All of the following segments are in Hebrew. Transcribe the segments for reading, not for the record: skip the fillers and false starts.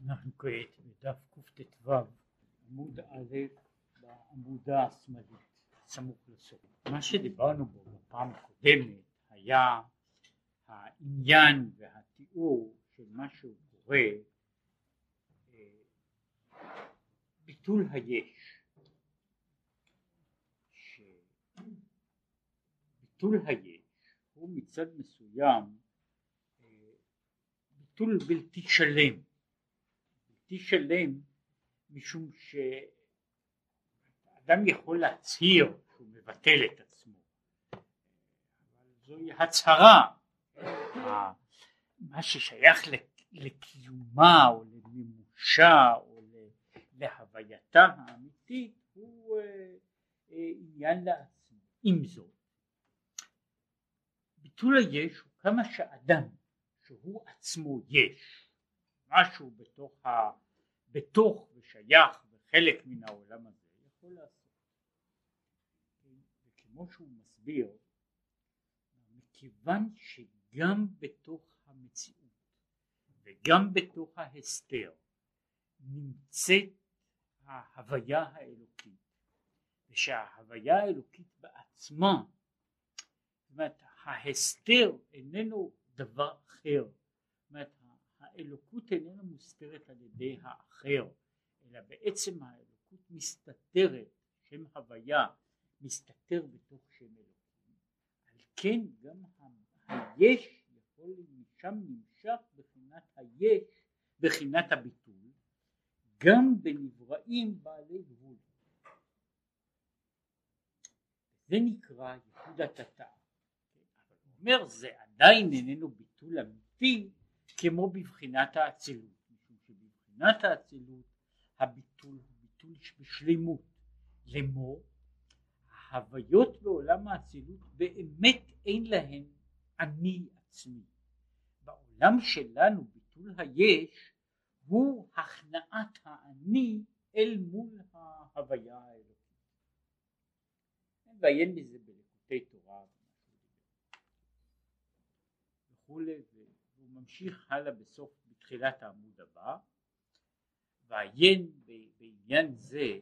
אנחנו כעת בדף קט"ו עמוד א' בעמודה השמאלית סמוך לסוף. מה שדיברנו בו בפעם הקודמת היה העניין והתיאור של מה שהוא קורא ביטול היש. שביטול היש הוא מצד מסוים ביטול בלתי שלם, בלתי שלם משום שאדם יכול להצהיר שהוא מבטל את עצמו, אבל זוהי הצהרה. מה ששייך לקיומה או למימושה או להווייתה האמיתית הוא עניין לעצמו. עם זאת, ביטול היש הוא כמה שאדם שהוא עצמו יש, משהו בתוך ושייך וחלק מן העולם הזה יכול לעשות. וכמו שהוא מסביר, מכיוון שגם בתוך המציאות וגם בתוך ההסתר נמצאת ההוויה האלוקית, ושההוויה האלוקית בעצמה, זאת אומרת ההסתר איננו דבר אחר, זאת אומרת האלוקות איננה מוסתרת על ידי האחר, אלא בעצם האלוקות מסתתרת, שם הוויה מסתתר בתוך שם אלוקים. על כן גם היש יכול משם נמשך בחינת היש, בחינת הביטול, גם בנבראים בעלי גבול. זה נקרא ייחוד התתאה. אבל הוא אומר זה עדיין איננו ביטול אמיתי כמו בבחינת האצילות, משום שבבחינת האצילות הביטול הוא ביטול בשלימות. לאמור, ההוויות בעולם האצילות באמת אין להן אני עצמי. בעולם שלנו ביטול היש הוא הכנעת האני אל מול ההוויה האלוקית. ועיין בזה בליקוטי תורה וכולי, והוא ממשיך הלאה בתחילת העמוד הבא, ועיין בעניין זה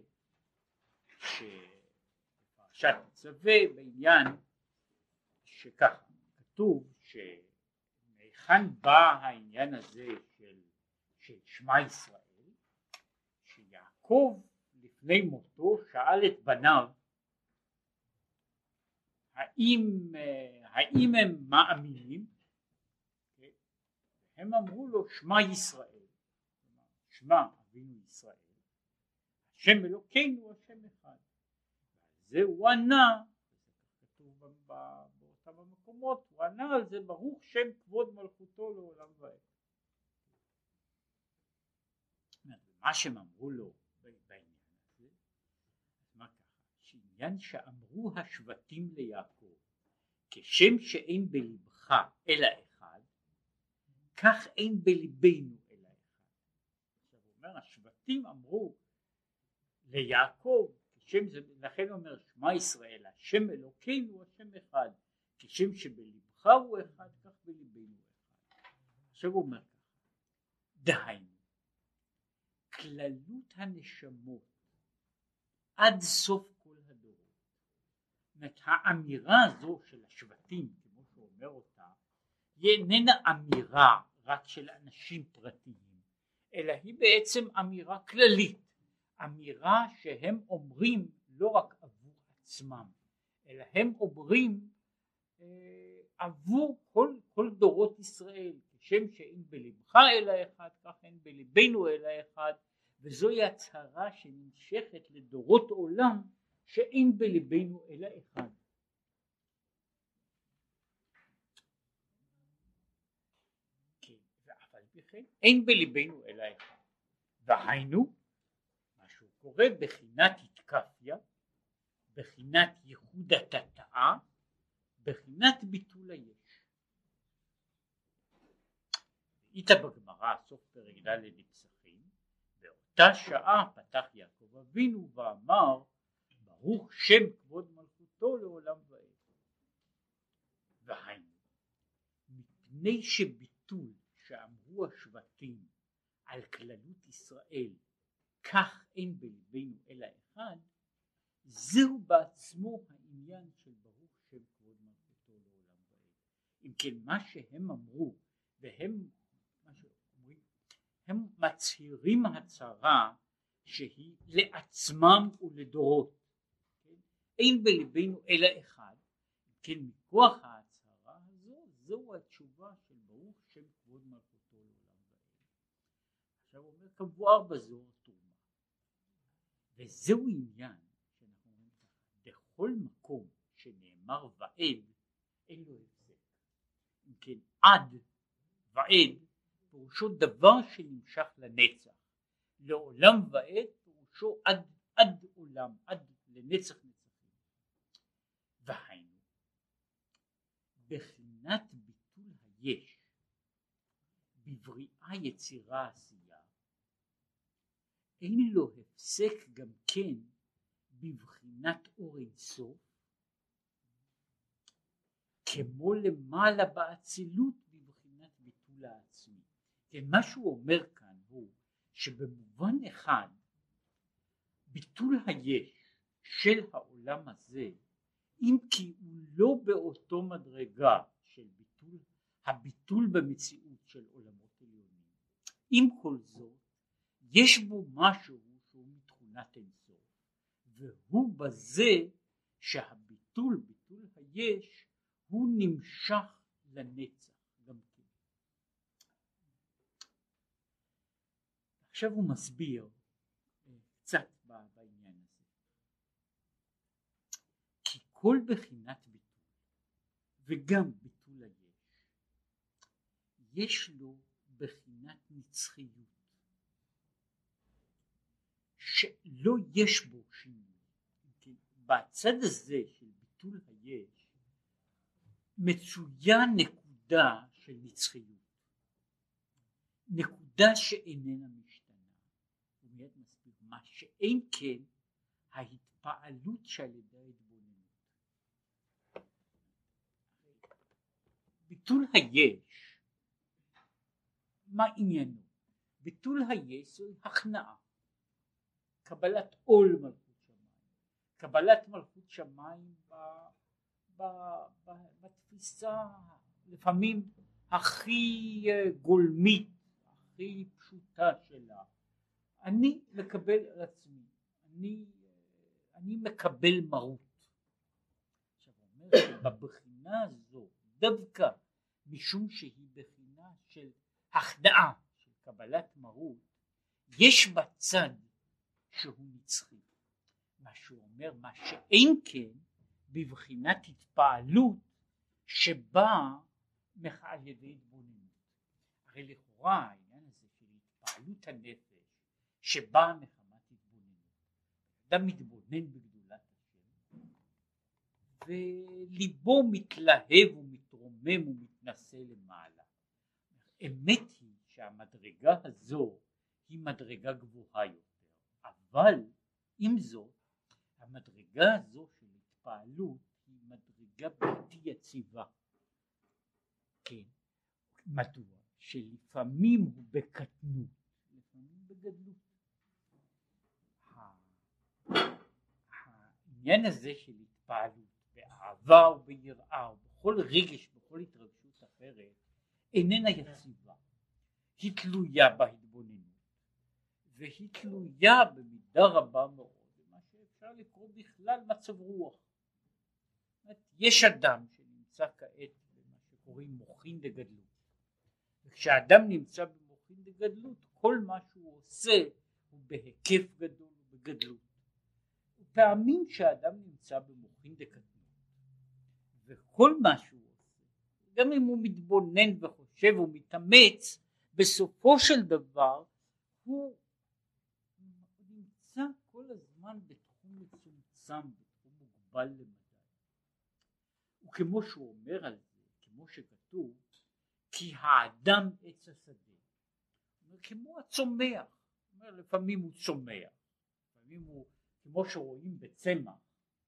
שפרשת תצווה בעניין שכך כתוב שמהיכן בא העניין הזה של שמע ישראל, שיעקב לפני מותו שאל את בניו האם הם מאמינים, הם אמרו לו שמע ישראל, שמע אבינו ישראל, השם אלוקינו השם אחד. זה הוא ענה, כתוב באותם המקומות, הוא ענה על זה ברוך שם כבוד מלכותו לעולם ועד. מה שהם אמרו לו בעניין הזה, מה ככה, שעניין שאמרו השבטים ליעקב, כשם שאין בלבך אלא אחד, כך אין בליבנו אלא אחד. עכשיו הוא אומר, השבטים אמרו ליעקב, כשם זה, לכן הוא אומר שמע ישראל, השם אלוקינו השם אחד, כשם שבלבך הוא אחד, כך בליבנו אחד. עכשיו הוא אומר ככה, דהיינו, כללות הנשמות עד סוף כל הדורות. זאת אומרת, האמירה הזו של השבטים, כמו שהוא אומר אותה, היא איננה אמירה רק של אנשים פרטיים, אלא היא בעצם אמירה כללית, אמירה שהם אומרים לא רק עבור עצמם, אלא הם אומרים עבור כל דורות ישראל, כשם שאין בלבך אלא אחד, כך אין בלבנו אלא אחד, וזוהי הצהרה שנמשכת לדורות עולם, שאין בלבנו אלא אחד. אבל בכן אין בלבנו אלא אחד, והיינו מה שהוא קורא בחינת התקפיה, בחינת ייחוד התתאה, בחינת ביטול היש. איתה בגמרא סוף פרק ד' בפסחים, באותה שעה פתח יעקב אבינו ואמר ברוך שם כבוד מלכותו לעולם ועד. והיינו מפני שביטול שאמרו השבטים על כללות ישראל כך אין בלבנו אלא אחד, זהו בעצמו העניין של ברוך שם כבוד מלכותו לעולם ועד. אם כן מה שהם אמרו, והם מה שאומרים, הם מצהירים הצהרה שהיא לעצמם ולדורות, כן? אין בלבנו אלא אחד, כן, מכוח ההצהרה הזו זו התשובה של ברוך שם כבוד מלכותו לעולם ועד. עכשיו הוא אומר כמבואר בזוהר התרומה, וזהו עניין שאנחנו אומרים ככה, בכל מקום שנאמר ועד אין לו הפסק. אם כן עד ועד פירושו דבר שנמשך לנצח, לעולם ועד פירושו עד עולם, עד לנצח נצחים. והיינו בחינת ביטול היש בבריאה יצירה עשייה, אין לו הפסק גם כן בבחינת אור אין סוף, כמו למעלה באצילות בבחינת ביטול העצמי. כן, מה שהוא אומר כאן הוא שבמובן אחד ביטול היש של העולם הזה, אם כי הוא לא באותו מדרגה של הביטול במציאות של עולמות עליונים, עם כל זאת יש בו משהו שהוא מתכונת אין סוף, והוא בזה שהביטול, ביטול היש, הוא נמשך לנצח גם כן. עכשיו הוא מסביר קצת בעניין הזה, כי כל בחינת ביטול וגם ביטול היש יש לו בחינת נצחיות שלא יש בו שינוי. בצד הזה של ביטול היש מצויה נקודה של נצחיות, נקודה שאיננה משתנה. הוא מיד מסביר מה שאין כן ההתפעלות שעל ידי ההתבוננות. ביטול היש, מה עניינו? ביטול היש הוא הכנעה, קבלת עול מלכות שמיים, קבלת מלכות שמיים בתפיסה לפעמים הכי גולמית, הכי פשוטה שלה. אני מקבל על עצמי, אני מקבל מרות. עכשיו הוא אומר שבבחינה הזו, דווקא משום שהיא בחינה של הכנעה, של קבלת מרות, יש בצד שהוא נצחי. מה שהוא אומר, מה שאין כן בבחינת התפעלות שבאה על ידי התבוננות. הרי לכאורה העניין הזה של התפעלות הנפש שבאה מחמת התבוננות, אדם מתבונן בגדולת השם וליבו מתלהב ומתרומם ומתנשא למעלה. אמת היא שהמדרגה הזו היא מדרגה גבוהה יותר, אבל עם זאת המדרגה הזו של התפעלות היא מדרגה בלתי יציבה. כן, מדוע? שלפעמים הוא בקטנות, לפעמים בגדלות. העניין הזה של התפעלות באהבה וביראה ובכל רגש, בכל התרגשות אחרת, איננה יציבה. היא תלויה בהתבוננות, והיא תלויה במידה רבה מאוד במה שאפשר לקרוא בכלל מצב רוח. יש אדם שנמצא כעת במה שקוראים מוחין דגדלות, וכשאדם נמצא במוחין דגדלות כל מה שהוא עושה הוא בהיקף גדול ובגדלות. ופעמים שהאדם נמצא במוחין דקטנות וכל מה שהוא עושה, גם אם הוא מתבונן וחושב ומתאמץ, בסופו של דבר הוא נמצא כל הזמן בתחום מצומצם, בתחום מוגבל למדי. וכמו שהוא אומר על זה, כמו שכתוב, כי האדם עץ השדה, כמו הצומח, אומר, לפעמים הוא צומח, לפעמים הוא כמו שרואים בצמח,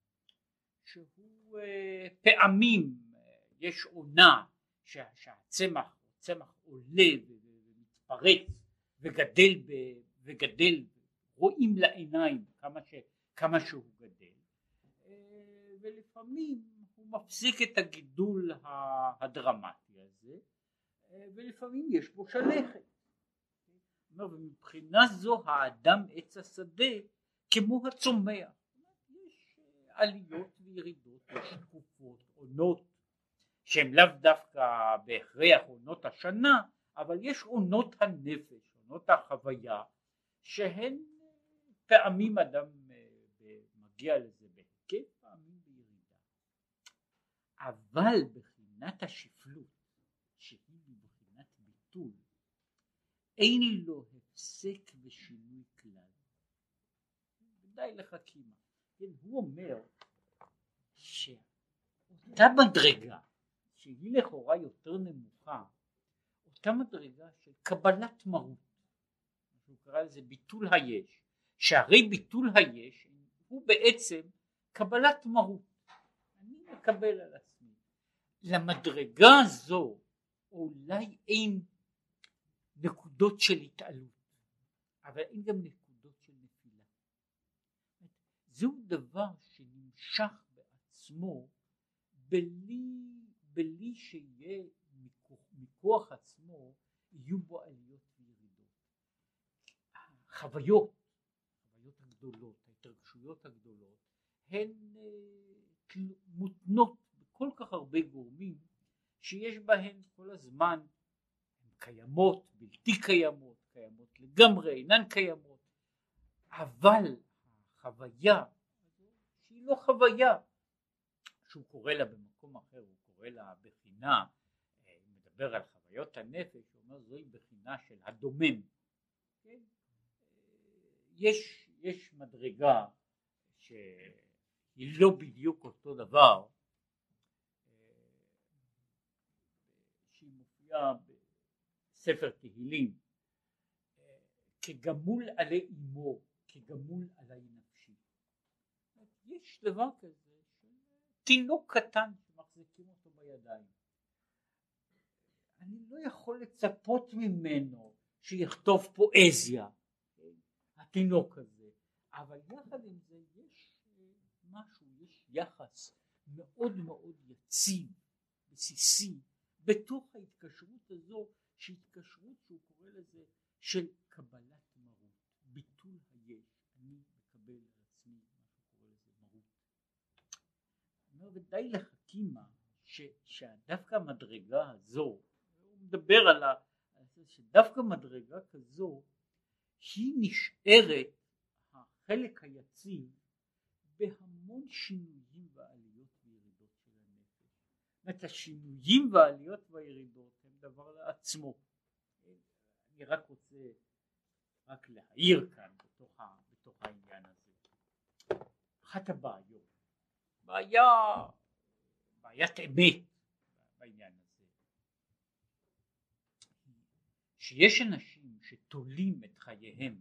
שהוא פעמים יש עונה שהצמח עולה ומתפרץ וגדל, רואים לעיניים כמה שהוא גדל, ולפעמים הוא מפסיק את הגידול הדרמטי הזה, ולפעמים יש בו שלכת. ומבחינה זו האדם עץ השדה כמו הצומח, יש עליות וירידות, יש תקופות, עונות שהן לאו דווקא בהכרח עונות השנה, אבל יש עונות הנפש, עונות החוויה, שהן פעמים אדם מגיע לזה בהיקף, פעמים בירידה. אבל בחינת השפלות, שהיא בחינת ביטול, אין לו הפסק ושינוי כלל. די לחכימה. הוא אומר שאותה מדרגה שהיא לכאורה יותר נמוכה, אותה מדרגה של קבלת מרות, הוא קרא לזה ביטול היש, שהרי ביטול היש הוא בעצם קבלת מרות. אני מקבל על עצמי. למדרגה הזו אולי אין נקודות של התעלות, אבל אין גם נקודות של נפילה. זהו דבר שנמשך בעצמו בלי שיהיה מכוח עצמו יהיו בו עליות וירידות. החוויות הגדולות, ההתרגשויות הגדולות, הן מותנות בכל כך הרבה גורמים שיש בהן כל הזמן, הן קיימות, בלתי קיימות, קיימות לגמרי, אינן קיימות, אבל החוויה שהיא לא חוויה, שהוא קורא לה במקום אחר, הוא קורא לה בחינה, הוא מדבר על חוויות הנפש, הוא אומר זוהי בחינה של הדומם. כן? יש מדרגה שהיא לא בדיוק אותו דבר, שהיא מופיעה בספר תהילים, כגמול עלי אמו, כגמול עלי נפשי. יש דבר כזה, תינוק קטן שמחזיקים אותו בידיים. אני לא יכול לצפות ממנו שיכתוב פואזיה, התינוק הזה, אבל יחד עם זה יש משהו, יש יחס מאוד מאוד יציב, בסיסי, בתוך ההתקשרות הזו, שהתקשרות שהוא קורא לזה של קבלת מרות, ביטול היש, אני מקבל על עצמי מה שהוא קורא לזה מרות. אני אומר ודי לחכימה שדווקא המדרגה הזו, הוא מדבר על שדווקא מדרגה כזו היא נשארת החלק היציב בהמון שינויים ועליות וירידות של הנפש. זאת השינויים ועליות והירידות הם דבר לעצמו. אני רק רוצה להעיר כאן בתוך העניין הזה. אחת הבעיות, בעיית אמת בעניין הזה, שיש אנשים שתולים את חייהם,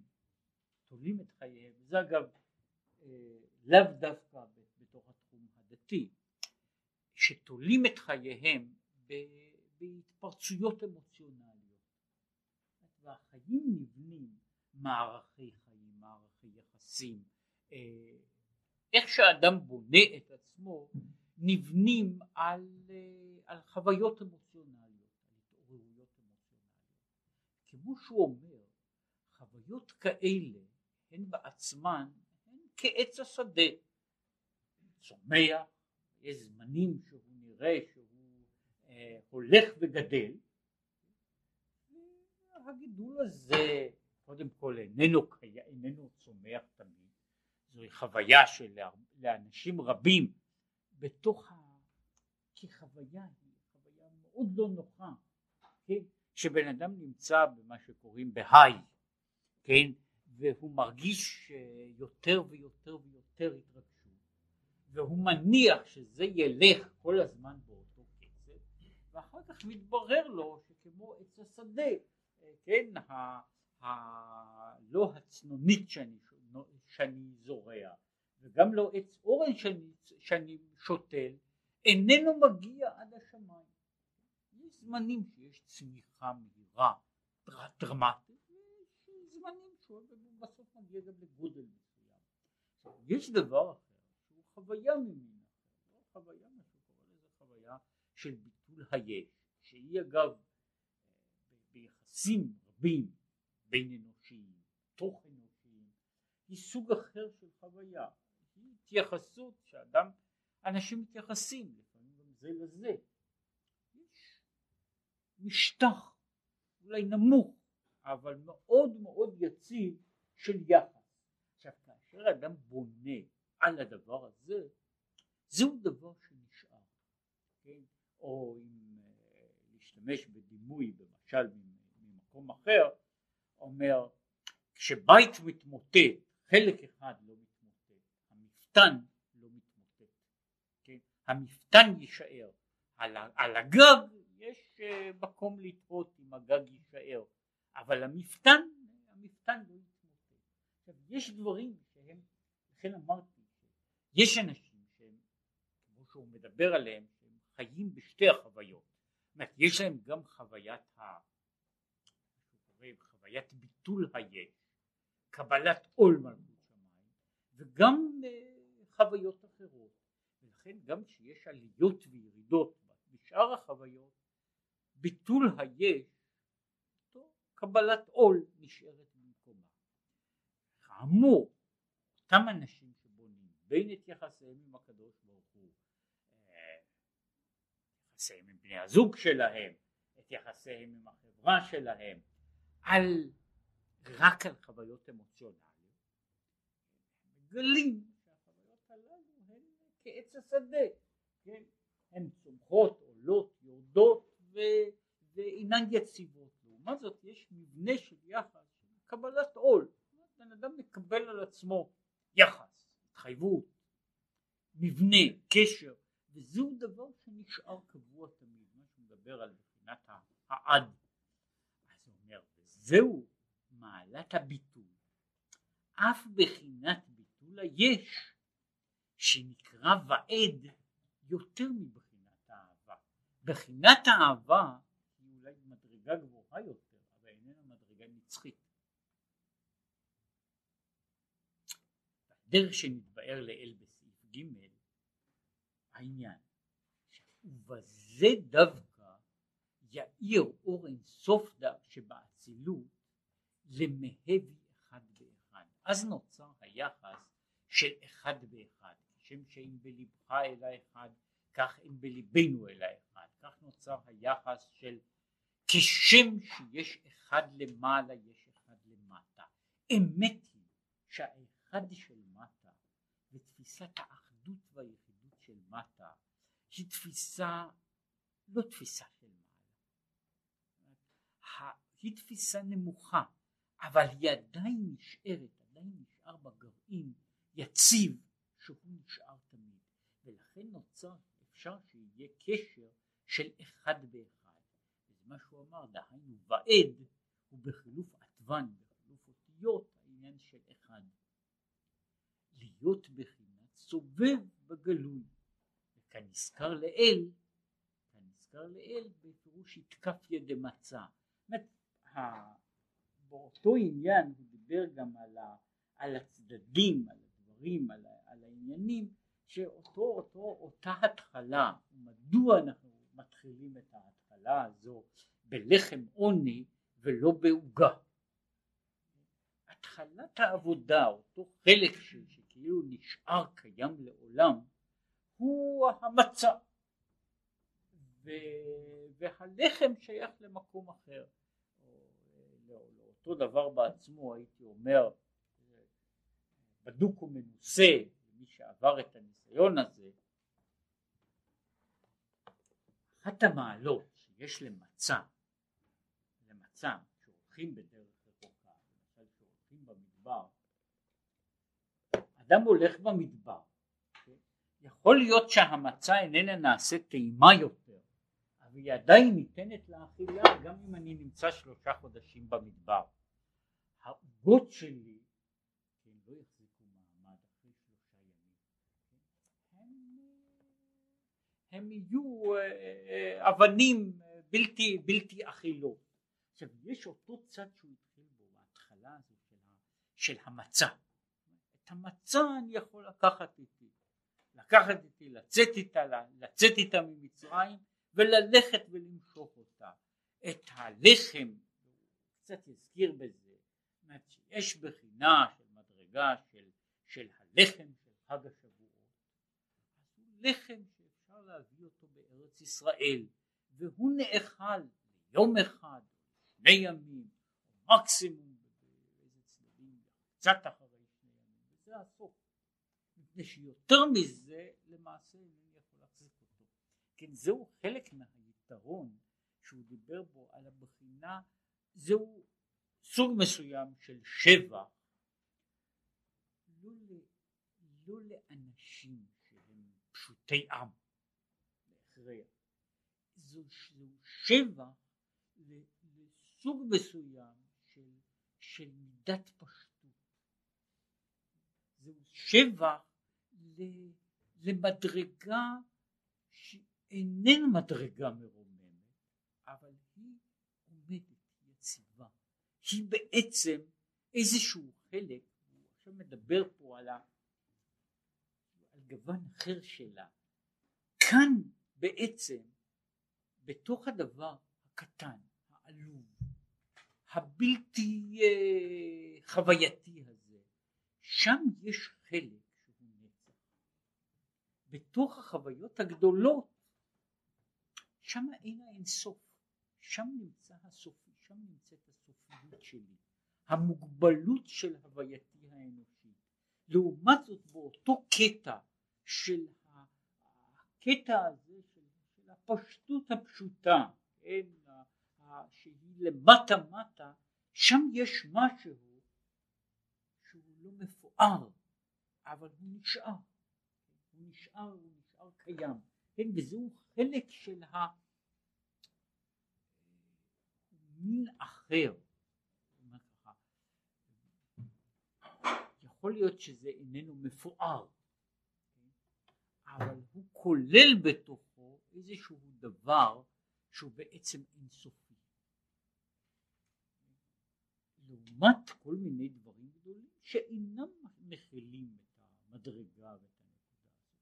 זה אגב לאו דווקא בתוך התחום הדתי, שתולים את חייהם בהתפרצויות אמוציונליות, והחיים נבנים מערכי חיים, מערכי יחסים, איך שהאדם בונה את עצמו נבנים על חוויות אמוציונליות, על התעוררויות אמוציונליות. כמו שהוא אומר, חוויות כאלה הן בעצמן הן כעץ השדה, צומח, יש זמנים שהוא נראה שהוא הולך וגדל, הגידול הזה קודם כל איננו צומח תמיד, זוהי חוויה של לאנשים רבים בתוך כחוויה, היא חוויה מאוד לא נוחה, כן? שבן אדם נמצא במה שקוראים בהיי, כן? והוא מרגיש יותר ויותר ויותר התרגשות, והוא מניח שזה ילך כל הזמן באותו קצב, ואחר כך מתברר לו שכמו עץ השדה, כן, לא הצנונית שאני זורע, וגם לא עץ אורן שאני שותל, איננו מגיע עד השמיים. יש זמנים שיש צמיחה מהירה, דרמטית, זמנים שבסוף מגיע גם לגודל מסוים. יש דבר אחר שהוא חוויה ממין אחר, לא חוויה, מה שקורא לזה חוויה של ביטול היש, שהיא אגב ביחסים רבים בין אנושיים, תוך אנושיים, היא סוג אחר של חוויה, היא התייחסות אנשים מתייחסים לפעמים גם זה לזה, יש משטח אולי נמוך אבל מאוד מאוד יציב של יחס. עכשיו כאשר אדם בונה על הדבר הזה, זהו דבר שנשאר, כן? או אם להשתמש בדימוי במשל ממקום אחר, אומר כשבית מתמוטט חלק אחד לא מתמוטט, המפתן לא מתמוטט, כן? המפתן יישאר, על הגג יש מקום לתהות אם הגג יישאר, אבל המפתן לא יתמוטט. עכשיו יש דברים שהם, לכן אמרתי, יש אנשים שהם, כמו שהוא מדבר עליהם, שהם חיים בשתי החוויות, זאת אומרת יש להם גם חוויית ביטול היש, קבלת עול מלכות שמיים, וגם חוויות אחרות, ולכן גם כשיש עליות וירידות בשאר החוויות, ביטול היש, קבלת עול נשארת במקומה. כאמור, אותם אנשים שבונים בין את יחסיהם עם הקדוש ברוך הוא, יחסיהם עם בני הזוג שלהם, את יחסיהם עם החברה שלהם, רק על חוויות אמוציונליות, מגלים שהחוויות הללו הן כעץ השדה, כן? הן צומחות, עולות, יורדות ואינן יציבות. לעומת זאת יש מבנה של יחס, קבלת עול, בן אדם מקבל על עצמו יחס, התחייבות, מבנה, קשר, וזהו דבר שנשאר קבוע תמיד, מה שמדבר על בחינת העד. אז הוא אומר, זהו מעלת הביטול, אף בחינת ביטול היש, שנקרא ועד יותר מבחינת האהבה. בחינת האהבה היא אולי מדרגה גבוהה יותר, אבל איננה מדרגה נצחית. הדרך שנתבאר לאל בסעיף ג' העניין, ובזה דווקא יאיר אור אינסוף שבאצילות למהבי אחד באחד. אז נוצר היחס של אחד באחד, כשם שאין בלבך אלא אחד, כך אין בליבנו אלא אחד. כך נוצר היחס של כשם שיש אחד למעלה יש אחד למטה. אמת היא שהאחד של מטה ותפיסת האחדות והיחידות של מטה היא תפיסה, לא תפיסה של מעלה, היא תפיסה נמוכה, אבל היא עדיין נשארת, עדיין נשאר בגרעין יציב שהוא נשאר תמיד, ולכן נוצר, אפשר שיהיה קשר של אחד באחד. וזה מה שהוא אמר, דהיינו ועד הוא בחילוף עטוון, בחילוף אותיות, העניין של אחד. להיות בחינת סובב בגלוי, וכנזכר לאל, בפירוש התקף ידי מצא. באותו עניין הוא דיבר גם על הצדדים, על הדברים, על העניינים, שאותה התחלה, מדוע אנחנו מתחילים את ההתחלה הזו בלחם עוני ולא בעוגה. התחלת העבודה, אותו חלק שכאילו נשאר קיים לעולם, הוא המצה, והלחם שייך למקום אחר. לאותו דבר בעצמו הייתי אומר, בדוק ומנוסה, מי שעבר את הניסיון הזה, אחת המעלות שיש למצה שהולכים בדרך רחוקה, למשל שהולכים במדבר, אדם הולך במדבר, יכול להיות שהמצה איננה נעשית טעימה יותר, אבל היא עדיין ניתנת לאכילה גם אם אני נמצא 3 חודשים במדבר. העוגות שלי לא יחזיקו מעמד אחרי 3 ימים, הם יהיו אבנים בלתי אכילות. עכשיו יש אותו צד שהוא התחיל בו בהתחלה, השאלה הזו של המצה. את המצה אני יכול לקחת איתי, לצאת איתה ממצרים וללכת ולמשוך אותה. את הלחם, קצת יזכיר בזה, יש בחינה של מדרגה של הלחם של חג השבועות, אז הוא לחם שאפשר להביא אותו בארץ ישראל, והוא נאכל ליום אחד, 2 ימים, או מקסימום באיזה צדדים, קצת אחרי 2 ימים, וזה הסוף. מפני שיותר מזה למעשה אני יכול להחזיק אותו. כן, זהו חלק מהיתרון שהוא דיבר בו על הבחינה, זהו סוג מסוים של שבח, לא לאנשים שהם פשוטי עם, זהו שבח לסוג מסוים של מידת פשטות, זהו שבח למדרגה שאיננה מדרגה מרוממת, אבל היא עומדת, יציבה, היא בעצם איזשהו חלק. הוא עכשיו מדבר פה על גוון אחר שלה. כאן בעצם בתוך הדבר הקטן, העלוב, הבלתי חווייתי הזה, שם יש חלק שהוא נצח. בתוך החוויות הגדולות שם אין סוף, שם נמצא הסופי, שם נמצאת הסופיות שלי, המוגבלות של הווייתי האנושי. לעומת זאת באותו קטע של הקטע הזה של הפשטות הפשוטה, שהיא למטה מטה, שם יש משהו שהוא לא מפואר, אבל הוא נשאר קיים, כן, וזהו חלק של מין אחר. יכול להיות שזה איננו מפואר, אבל הוא כולל בתוכו איזשהו דבר שהוא בעצם אינסופי, לעומת כל מיני דברים גדולים שאינם מכילים את המדרגה ואת הנקודה הזאת.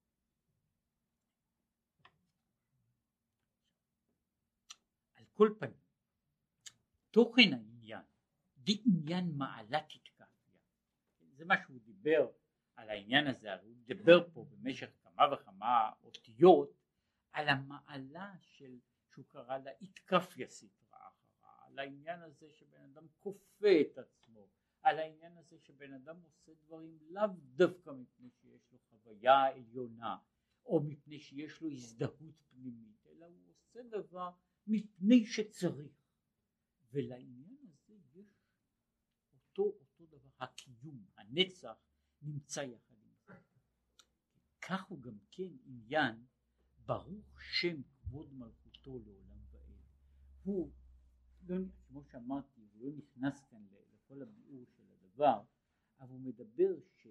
על כל פנים, תוכן העניין, עניין מעלת התקפיה, זה מה שהוא דיבר על העניין הזה. הוא דיבר פה במשך כמה וכמה אותיות על המעלה שהוא קרא לה התקפיה סטרא אחרא, על העניין הזה שבן אדם כופה את עצמו, על העניין הזה שבן אדם עושה דברים לאו דווקא מפני שיש לו חוויה עליונה או מפני שיש לו הזדהות פנימית, אלא הוא עושה דבר מפני שצריך. ולעניין הזה יש אותו דבר, הקיום, הנצח נמצא יחד עם זה. כך הוא גם כן עניין ברוך שם כבוד מלכותו לעולם ועד. הוא לא, כמו שאמרתי, הוא לא נכנס כאן לכל הביאור של הדבר, אבל הוא מדבר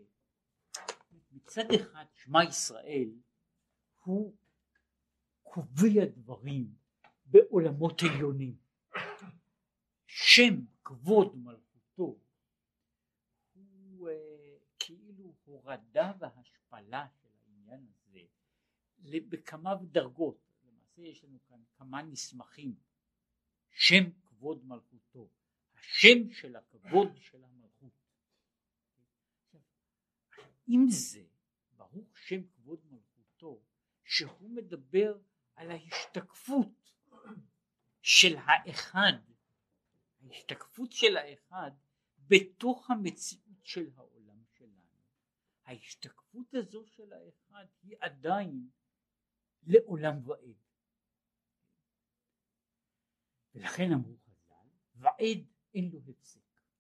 שמצד אחד שמע ישראל הוא קובע דברים בעולמות עליונים. שם כבוד מלכותו הוא כאילו הורדה והשפלה של העניין הזה בכמה דרגות. למעשה יש לנו כאן כמה נסמכים. שם כבוד מלכותו, השם של הכבוד של המלכות. עם זה ברוך שם כבוד מלכותו, שהוא מדבר על ההשתקפות של האחד, ההשתקפות של האחד בתוך המציאות של העולם שלנו. ההשתקפות הזו של האחד היא עדיין לעולם ועד. ולכן אמרו חז"ל, ועד אין לו הפסק.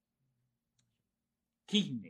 כי הנה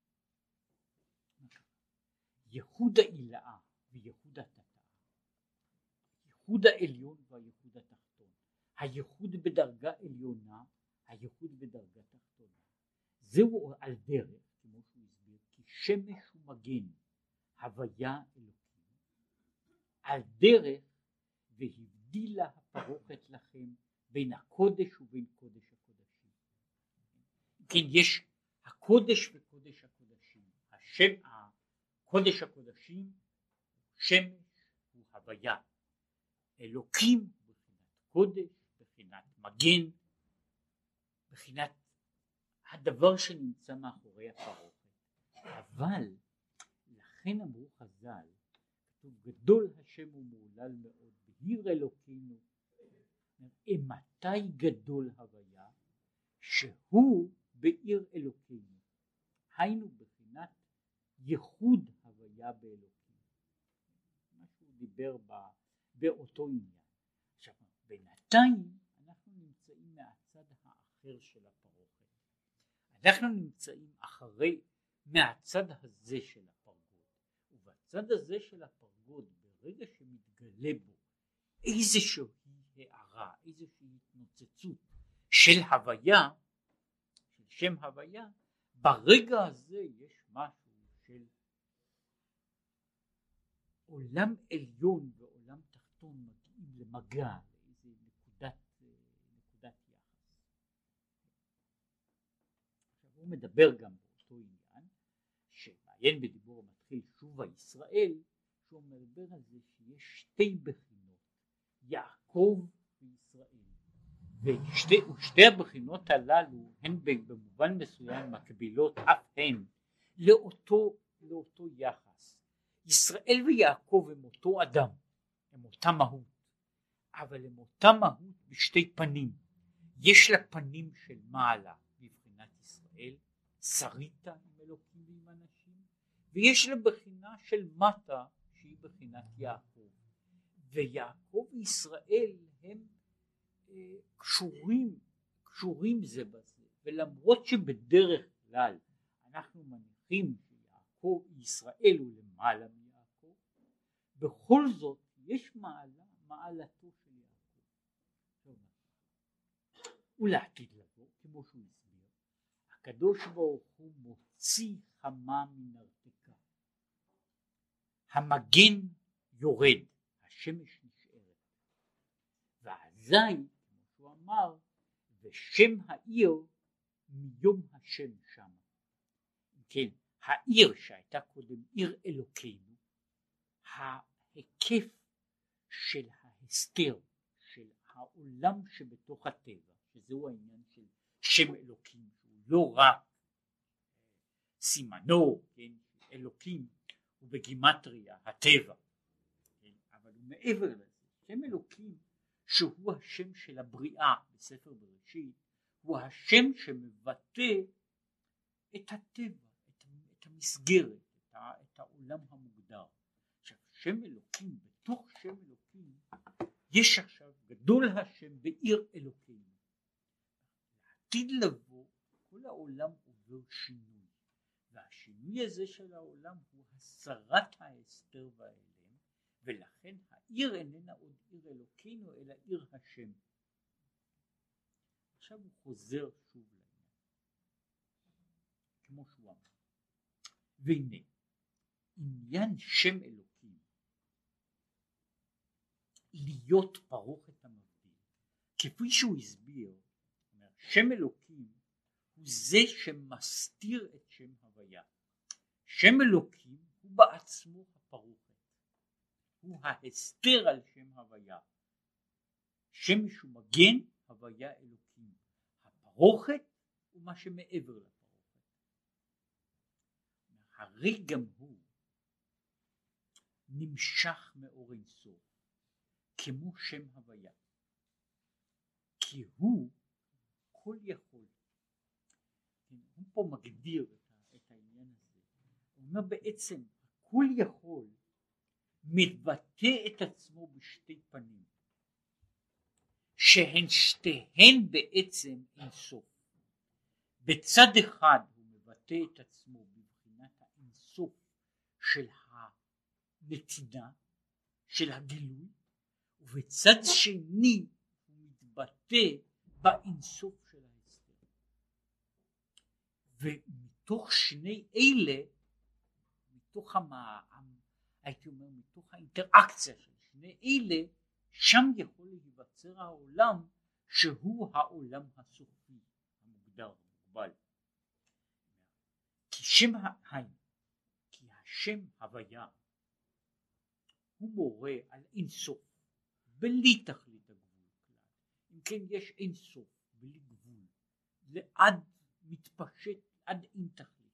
ייחוד העילאה וייחוד התתאה, ייחוד העליון והייחוד התחתון, הייחוד בדרגה עליונה, הייחוד בדרגה תחתונה, זהו על דרך, כמו שהוא הסביר, כי שמש ומגן הוויה אלוקים, על דרך והבדילה הפרוכת לכם בין הקודש ובין קודש הקודשים. כן, יש הקודש וקודש הקודשים. השם, קודש הקודשים, שמש הוא הוויה. אלוקים בחינת קודש, בחינת מגן, בחינת הדבר שנמצא מאחורי הפרוכת. אבל לכן אמרו חז"ל, כתוב גדול השם ומהולל מאוד, בהיר אלוקינו. מתי גדול הוויה? שהוא בעיר אלוקינו, היינו בחינת ייחוד הוויה באלוקים. מה שהוא דיבר באותו עניין. עכשיו בינתיים אנחנו נמצאים מהצד האחר של הפרוכת, אנחנו נמצאים מהצד הזה של הפרגוד, ובצד הזה של הפרגוד ברגע שמתגלה בו איזושהי הערה, איזושהי התנוצצות של הוויה, של שם הוויה, ברגע הזה יש משהו של עולם עליון ועולם תחתון מגיעים למגע, לאיזה נקודת יחס. עכשיו הוא מדבר גם באותו עניין שמעיין בדיבור המתחיל שובה ישראל, שהוא מדבר על זה שיש שתי בחינות, יעקב וישראל, ושתי הבחינות הללו הן במובן מסוים מקבילות אף הן לאותו יחס. ישראל ויעקב הם אותו אדם, הם אותה מהות, אבל הם אותה מהות בשתי פנים. יש לה פנים של מעלה בבחינת ישראל, שרית עם אלוקים ועם אנשים, ויש לה בחינה של מטה שהיא בחינת יעקב. ויעקב וישראל הם קשורים זה בזה, ולמרות שבדרך כלל אנחנו מניחים שיעקב ישראל הוא למעלה מיעקב, בכל זאת יש מעלתו של יעקב. ולעתיד לבוא, כמו שהוא הסביר, הקדוש ברוך הוא מוציא חמה מנרתיקה, המגן יורד, השמש נשארת, ואזי כמו שהוא אמר, ושם העיר מיום השם שם. כן, העיר שהייתה קודם עיר אלוקינו, ההיקף של ההסתר של העולם שבתוך הטבע, שזהו העניין של שם אלוקים, הוא לא רק סימנו, כן, אלוקים הוא בגימטריה הטבע, כן, אבל הוא מעבר לזה, שם אלוקים שהוא השם של הבריאה בספר בראשית, הוא השם שמבטא את הטבע, את המסגרת, את העולם המוגדר. עכשיו שם אלוקים, בתוך שם אלוקים יש עכשיו גדול השם בעיר אלוקינו. לעתיד לבוא כל העולם עובר שינוי, והשינוי הזה של העולם הוא הסרת ההסתר והאלם, ולכן העיר איננה עוד עיר אלוקינו אלא עיר השם. עכשיו הוא חוזר שוב לעניין כמו שהוא אמר, והנה עניין שם אלוקים להיות פרוכת המבדיל, כפי שהוא הסביר, שם אלוקים הוא זה שמסתיר את שם הוויה. שם אלוקים הוא בעצמו הפרוכת, הוא ההסתר על שם הוויה. שם שהוא מגן, הוויה אלוקים. הפרוכת הוא מה שמעבר לפרוכת. הרי גם הוא נמשך מאור אינסוף כמו שם הוויה, כי הוא כל יכול. הוא פה מגדיר את העניין הזה, הוא אומר בעצם כל יכול מתבטא את עצמו בשתי פנים שהן שתיהן בעצם אינסוף. בצד אחד הוא מבטא את עצמו בבחינת האינסוף של הנתינה, של הגילוי, ובצד שני הוא מתבטא באינסוף של ההסתר. ומתוך שני אלה, הייתי אומר מתוך האינטראקציה של שני אלה, שם יכול להיווצר העולם שהוא העולם הסופי המוגדר, המוגבל. כי השם הוויה הוא מורה על אינסוף בלי תכלית הגבול כלל. אם כן יש אינסוף בלי גבול, זה עד מתפשט עד אין תכלית.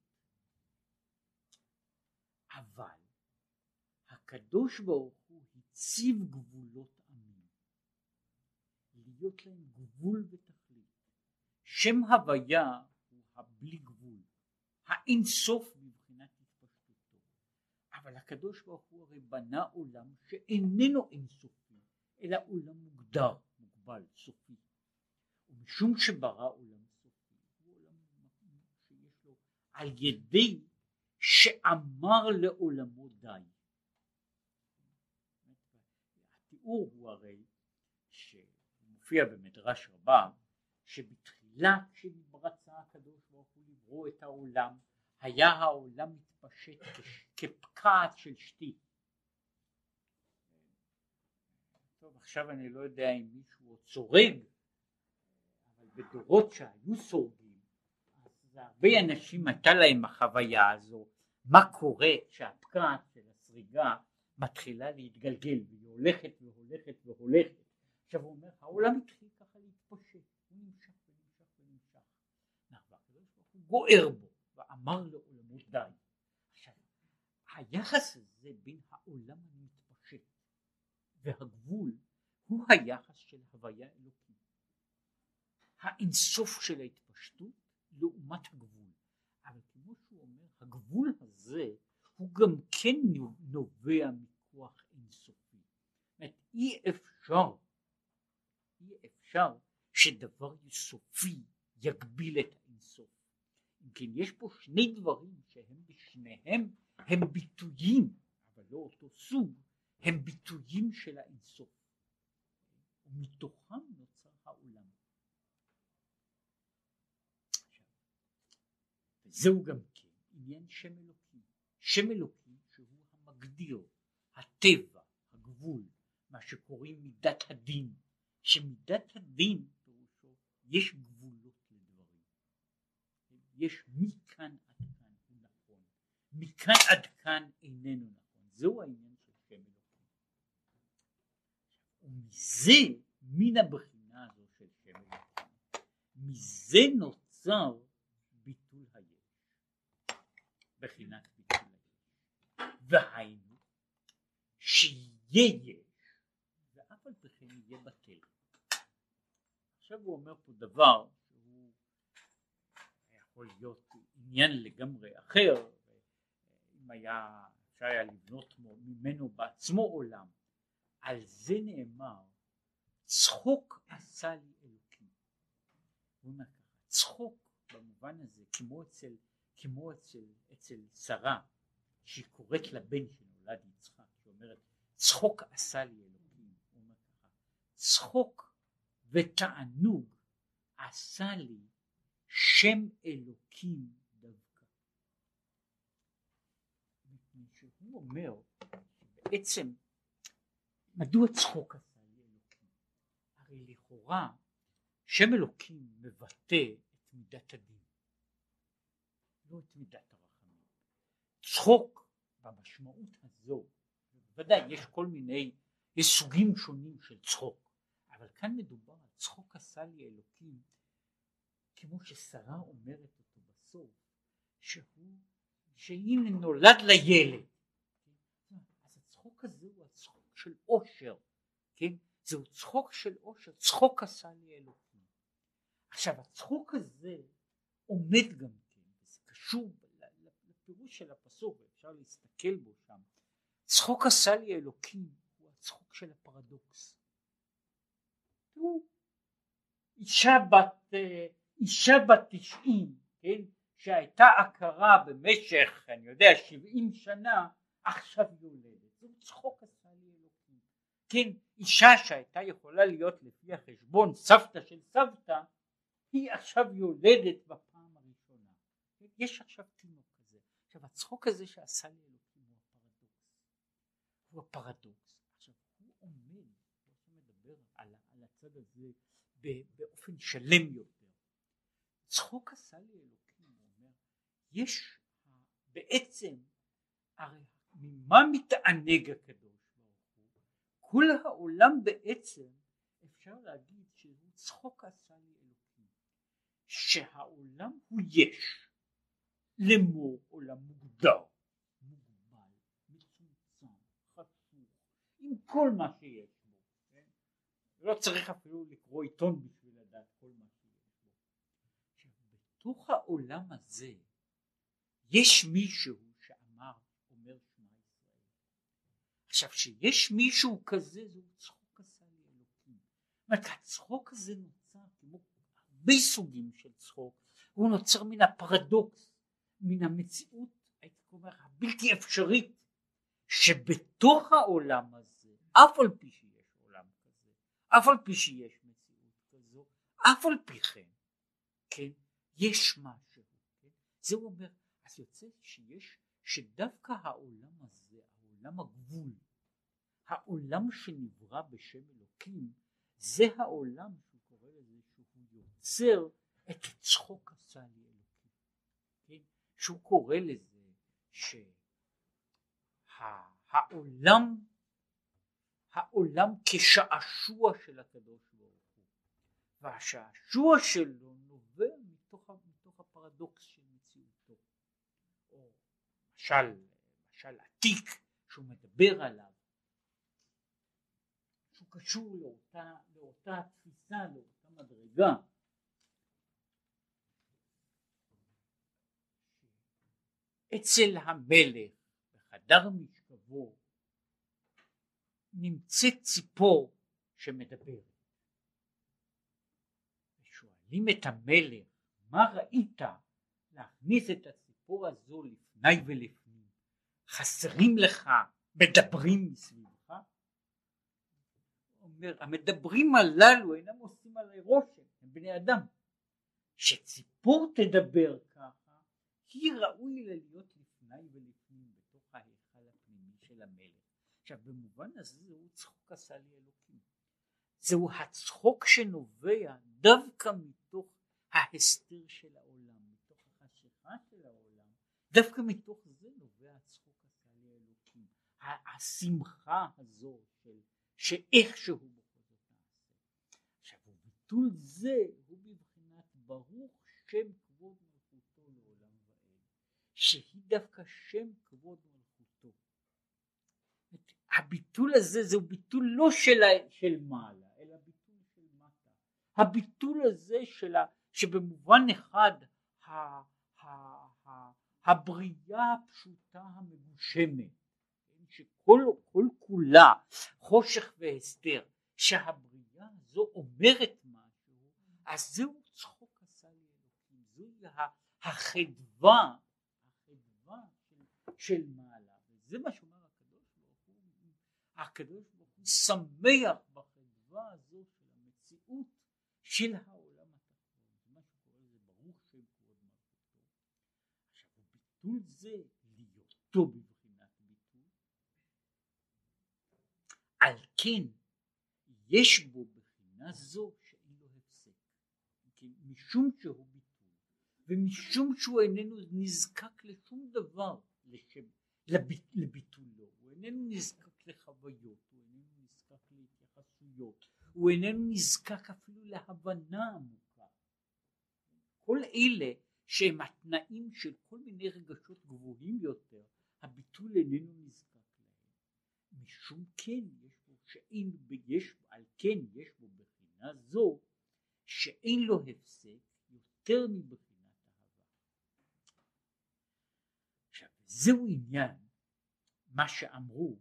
אבל הקדוש ברוך הוא הציב גבולות עמים, להיות להם גבול ותכלית. שם הוויה הוא הבלי גבול, האינסוף מבחינת התפשטותו. אבל הקדוש ברוך הוא הרי בנה עולם שאיננו אינסופי, אלא עולם מוגדר, מוגבל, סופי. ומשום שברא עולם סופי, הוא עולם שיש לו על ידי שאמר לעולמו די. התיאור הוא הרי שמופיע במדרש רבה, שבתחילה כשברצה הקדוש ברוך הוא לברוא את העולם, היה העולם מתפשט כפקעת של שתית. טוב, עכשיו אני לא יודע אם מישהו עוד צורג, אבל בדורות שהיו סורגים, אז הרבה אנשים הייתה להם החוויה הזו, מה קורה כשהפקעת של הסריגה מתחילה להתגלגל, והיא הולכת והולכת והולכת. עכשיו הוא אומר, העולם התחיל ככה להתפשט, הוא נמשך ונמשך ונמשך. הוא גוער בו, ואמר לעולמו די. עכשיו, היחס הזה בין העולם המתפשט והגבול, הוא היחס של הוויה אלוקית. האינסוף של ההתפשטות לעומת הגבול. אבל כמו שהוא אומר, הגבול הזה הוא גם כן נובע מכוח אינסופי. זאת אומרת, אי אפשר שדבר סופי יגביל את האינסוף. אם כן, יש פה שני דברים שהם בשניהם הם ביטויים, אבל לא אותו סוג, הם ביטויים של האינסוף. ומתוכם נוצר העולם. וזהו גם כן עניין שם אלוקים. שם אלוקים שהוא המגדיר, הטבע, הגבול, מה שקוראים מידת הדין. שמידת הדין פירושו יש גבולות לדברים. יש מכאן עד כאן הוא נכון, מכאן עד כאן איננו נכון. זהו העניין של שם אלוקים. ומזה, מן הבחינה הזו של שם אלוקים, מזה נוצר ביטול היש. בחינת ביטול היש. והיינו שיהיה יש, ואף על פי כן יהיה בטל. עכשיו הוא אומר פה דבר שהוא יכול להיות עניין לגמרי אחר, אם אפשר היה לבנות ממנו בעצמו עולם. על זה נאמר, צחוק עשה לי אלוקים. הוא אומר ככה, צחוק במובן הזה, כמו אצל שרה, שהיא קוראת לבן שנולד יצחק, שאומרת, צחוק עשה לי אלוקים. הוא אומר ככה, צחוק ותענוג עשה לי שם אלוקים דווקא. שהוא אומר בעצם מדוע צחוק עשה לי אלוקים? הרי לכאורה שם אלוקים מבטא את מידת הדין, לא את מידת הרחמים. צחוק במשמעות הזו, בוודאי יש סוגים שונים של צחוק, אבל כאן מדובר על צחוק עשה לי אלוקים, כמו ששרה אומרת אותו בסוף, שהנה נולד לילד. אז הצחוק הזה הוא הצחוק של עושר, כן? זהו צחוק של עושר, צחוק עשה לי אלוקים. עכשיו הצחוק הזה עומד גם כן, וזה קשור לפירוש של הפסוק, אפשר להסתכל בו שם. צחוק עשה לי אלוקים הוא הצחוק של הפרדוקס. תראו, אישה בת 90, כן, שהייתה עקרה במשך, אני יודע, 70 שנה, עכשיו יולדת. זה צחוק עשה לי אלוקים. כן, אישה שהייתה יכולה להיות לפי החשבון סבתא של סבתא, היא עכשיו יולדת בפעם הראשונה. יש עכשיו תינוק כזה. עכשיו הצחוק הזה שעשה לי אלוקים הוא הפרדוקס. עכשיו הוא עומד, הוא מדבר על הצד הזה באופן שלם יותר. צחוק עשה לי אלוקים, הוא אומר, יש בעצם הרי ממה מתענג הקדוש ברוך הוא? כל העולם בעצם אפשר להגיד שהוא צחוק עשה לי אלוקים, שהעולם הוא יש, לאמור עולם מוגדר, מוגבל, מצומצם, חשוך, עם כל מה שיש בו, כן? לא צריך אפילו לקרוא עיתון בשביל לדעת כל מה שיש בו. בתוך העולם הזה יש מישהו שאומר שמע ישראל. עכשיו שיש מישהו כזה, זהו צחוק עשה לי אלוקים. זאת אומרת, הצחוק הזה נוצר כמו הרבה סוגים של צחוק, הוא נוצר מן הפרדוקס, מן המציאות, הייתי אומר, הבלתי אפשרית, שבתוך העולם הזה, אף על פי שיש עולם כזה, אף על פי שיש מציאות כזו, אף על פי כן, כן, יש משהו, כן? זה אומר, אז יוצא שדווקא העולם הזה, העולם הגבול, העולם שנברא בשם אלוקים, זה העולם שהוא קורא לזה, שהוא יוצר את צחוק עשה לי אלוקים, כן? שהוא קורא לזה העולם כשעשוע של הקדוש ברוך הוא, והשעשוע שלו נובע מתוך הפרדוקס של מציאותו, או משל עתיק שהוא מדבר עליו, שהוא קשור לאותה תפיסה, לאותה מדרגה, אצל המלך בחדר משכבו נמצאת ציפור שמדברת, ושואלים את המלך, מה ראית להכניס את הציפור הזו לפני ולפנים, חסרים לך מדברים מסביבך? אומר, המדברים הללו אינם עושים עלי רושם, הם בני אדם. שציפור תדבר ככה, היא ראוי להיות לפני ולפנים בתוך ההיכל הפנימי של המלך. עכשיו במובן הזה זהו צחוק עשה לי אלוקים, זהו הצחוק שנובע דווקא מתוך ההסתר של העולם, מתוך החשיכה של העולם, דווקא מתוך זה נובע הצחוק עשה לי אלוקים, השמחה הזו שאיכשהו בכל זאת נעשה. עכשיו וביטול זה הוא בבחינת ברוך שם כבוד מלכותו לעולם ועד, שהיא דווקא שם כבוד מלכותו. הביטול הזה זהו ביטול לא של מעלה, אלא ביטול של מטה. הביטול הזה שבמובן אחד הבריאה הפשוטה המגושמת, שכל כולה חושך והסתר, שהבריאה הזו אומרת משהו, אז זהו צחוק עשה לי אלוקים, זוהי החדווה של מעלה, וזה מה שאומר הקדוש ברוך הוא שמח בחדווה הזו של המציאות של העולם התחתון, זה מה שקורא לזה ברוך שם כבוד מלכותו. עכשיו ביטול זה להיותו בבחינת ביטול, על כן יש בו בחינה זו שאין לו הפסק, משום שהוא ביטול ומשום שהוא איננו נזקק לשום דבר לביטולו, הוא איננו נזקק לחוויות, הוא איננו נזקק להתייחסויות, הוא איננו נזקק אפילו להבנה עמוקה. כל אלה שהם התנאים של כל מיני רגשות גבוהים יותר, הביטול איננו נזקק להם. משום כן על כן יש בו בחינה זו שאין לו הפסק יותר מבחינת אהבה. עכשיו זהו עניין מה שאמרו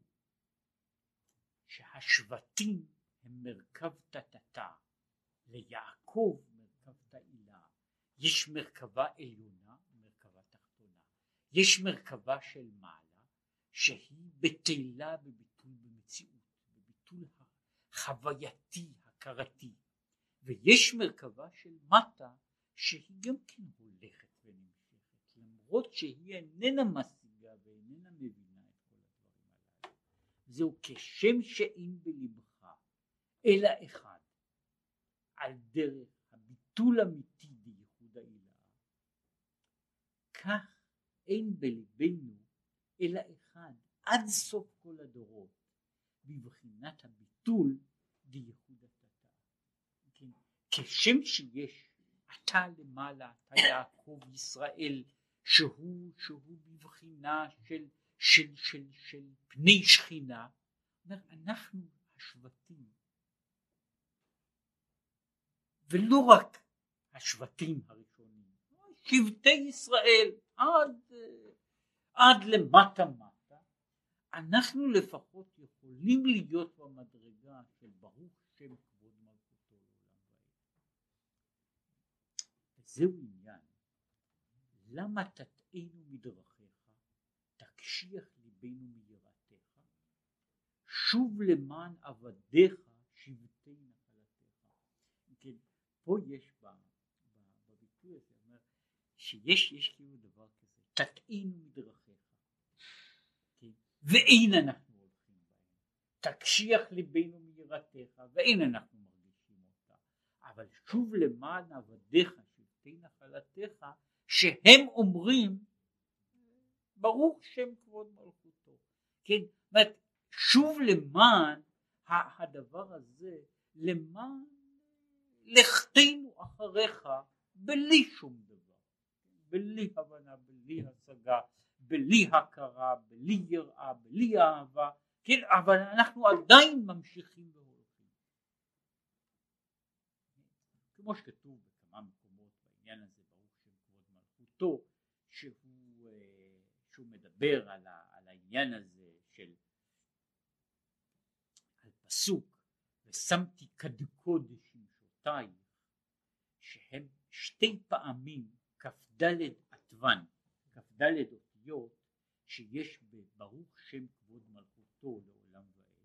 שהשבטים הם מרכב תתתה, ליעקב מרכב תהילה, יש מרכבה עליונה ומרכבה תחתונה, יש מרכבה של מעלה שהיא בטלה בביטול במציאות, בביטול החווייתי הכרתי, ויש מרכבה של מטה שהיא גם כן הולכת ונמשכת, למרות שהיא איננה משיגה ואיננה מבינה את כל הדברים הללו. זהו כשם שאין בלבך אלא אחד, על דרך הביטול אמיתי בייחוד העילה, כך אין בליבנו אלא אחד עד סוף כל הדורות, בבחינת הביטול דייחוד התתא. כן? כשם שיש אתה למעלה, אתה יעקב ישראל, שהוא בבחינה של פני שכינה, אומר, אנחנו השבטים, ולא רק השבטים הראשונים, שבטי ישראל עד למטה מטה, אנחנו לפחות יכולים להיות במדרגה של ברוך שם כבוד מלכותו לעולם ועד. וזהו עניין, למה תטענו מדרכיך, תקשיח ליבנו מיראתך, שוב למען עבדיך שבטי נחלתך. כן, פה יש בביטוי הזה, אומר, שיש כאילו דבר כזה, תטענו מדרכיך, כן? ואין אנחנו הולכים בהם, תקשיח ליבנו מיראתך, ואין אנחנו מרגישים אותה, אבל שוב למען עבדיך שבטי נחלתך, שהם אומרים ברוך שם כבוד מלכותו. כן, זאת אומרת, שוב למען הדבר הזה, למען לכתנו אחריך בלי שום דבר, בלי הבנה, בלי השגה, בלי הכרה, בלי יראה, בלי אהבה, כן, אבל אנחנו עדיין ממשיכים והולכים. כמו שכתוב בכמה מקומות בעניין הזה, ברוך שם כבוד מלכותו, שהוא מדבר על העניין הזה של על פסוק ושמתי קדקוד שמשותייך, שהם שתי פעמים כ"ד עטוון, כ"ד אותיות שיש בברוך שם כבוד מלכותו לעולם ועד,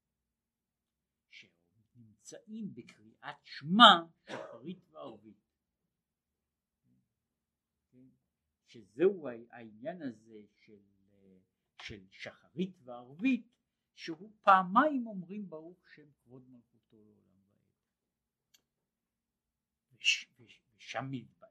שנמצאים בקריאת שמע שחרית וערבית, שזהו העניין הזה של שחרית וערבית, שהוא פעמיים אומרים ברוך שם כבוד מלכותו לעולם ועד, ושם מתבאר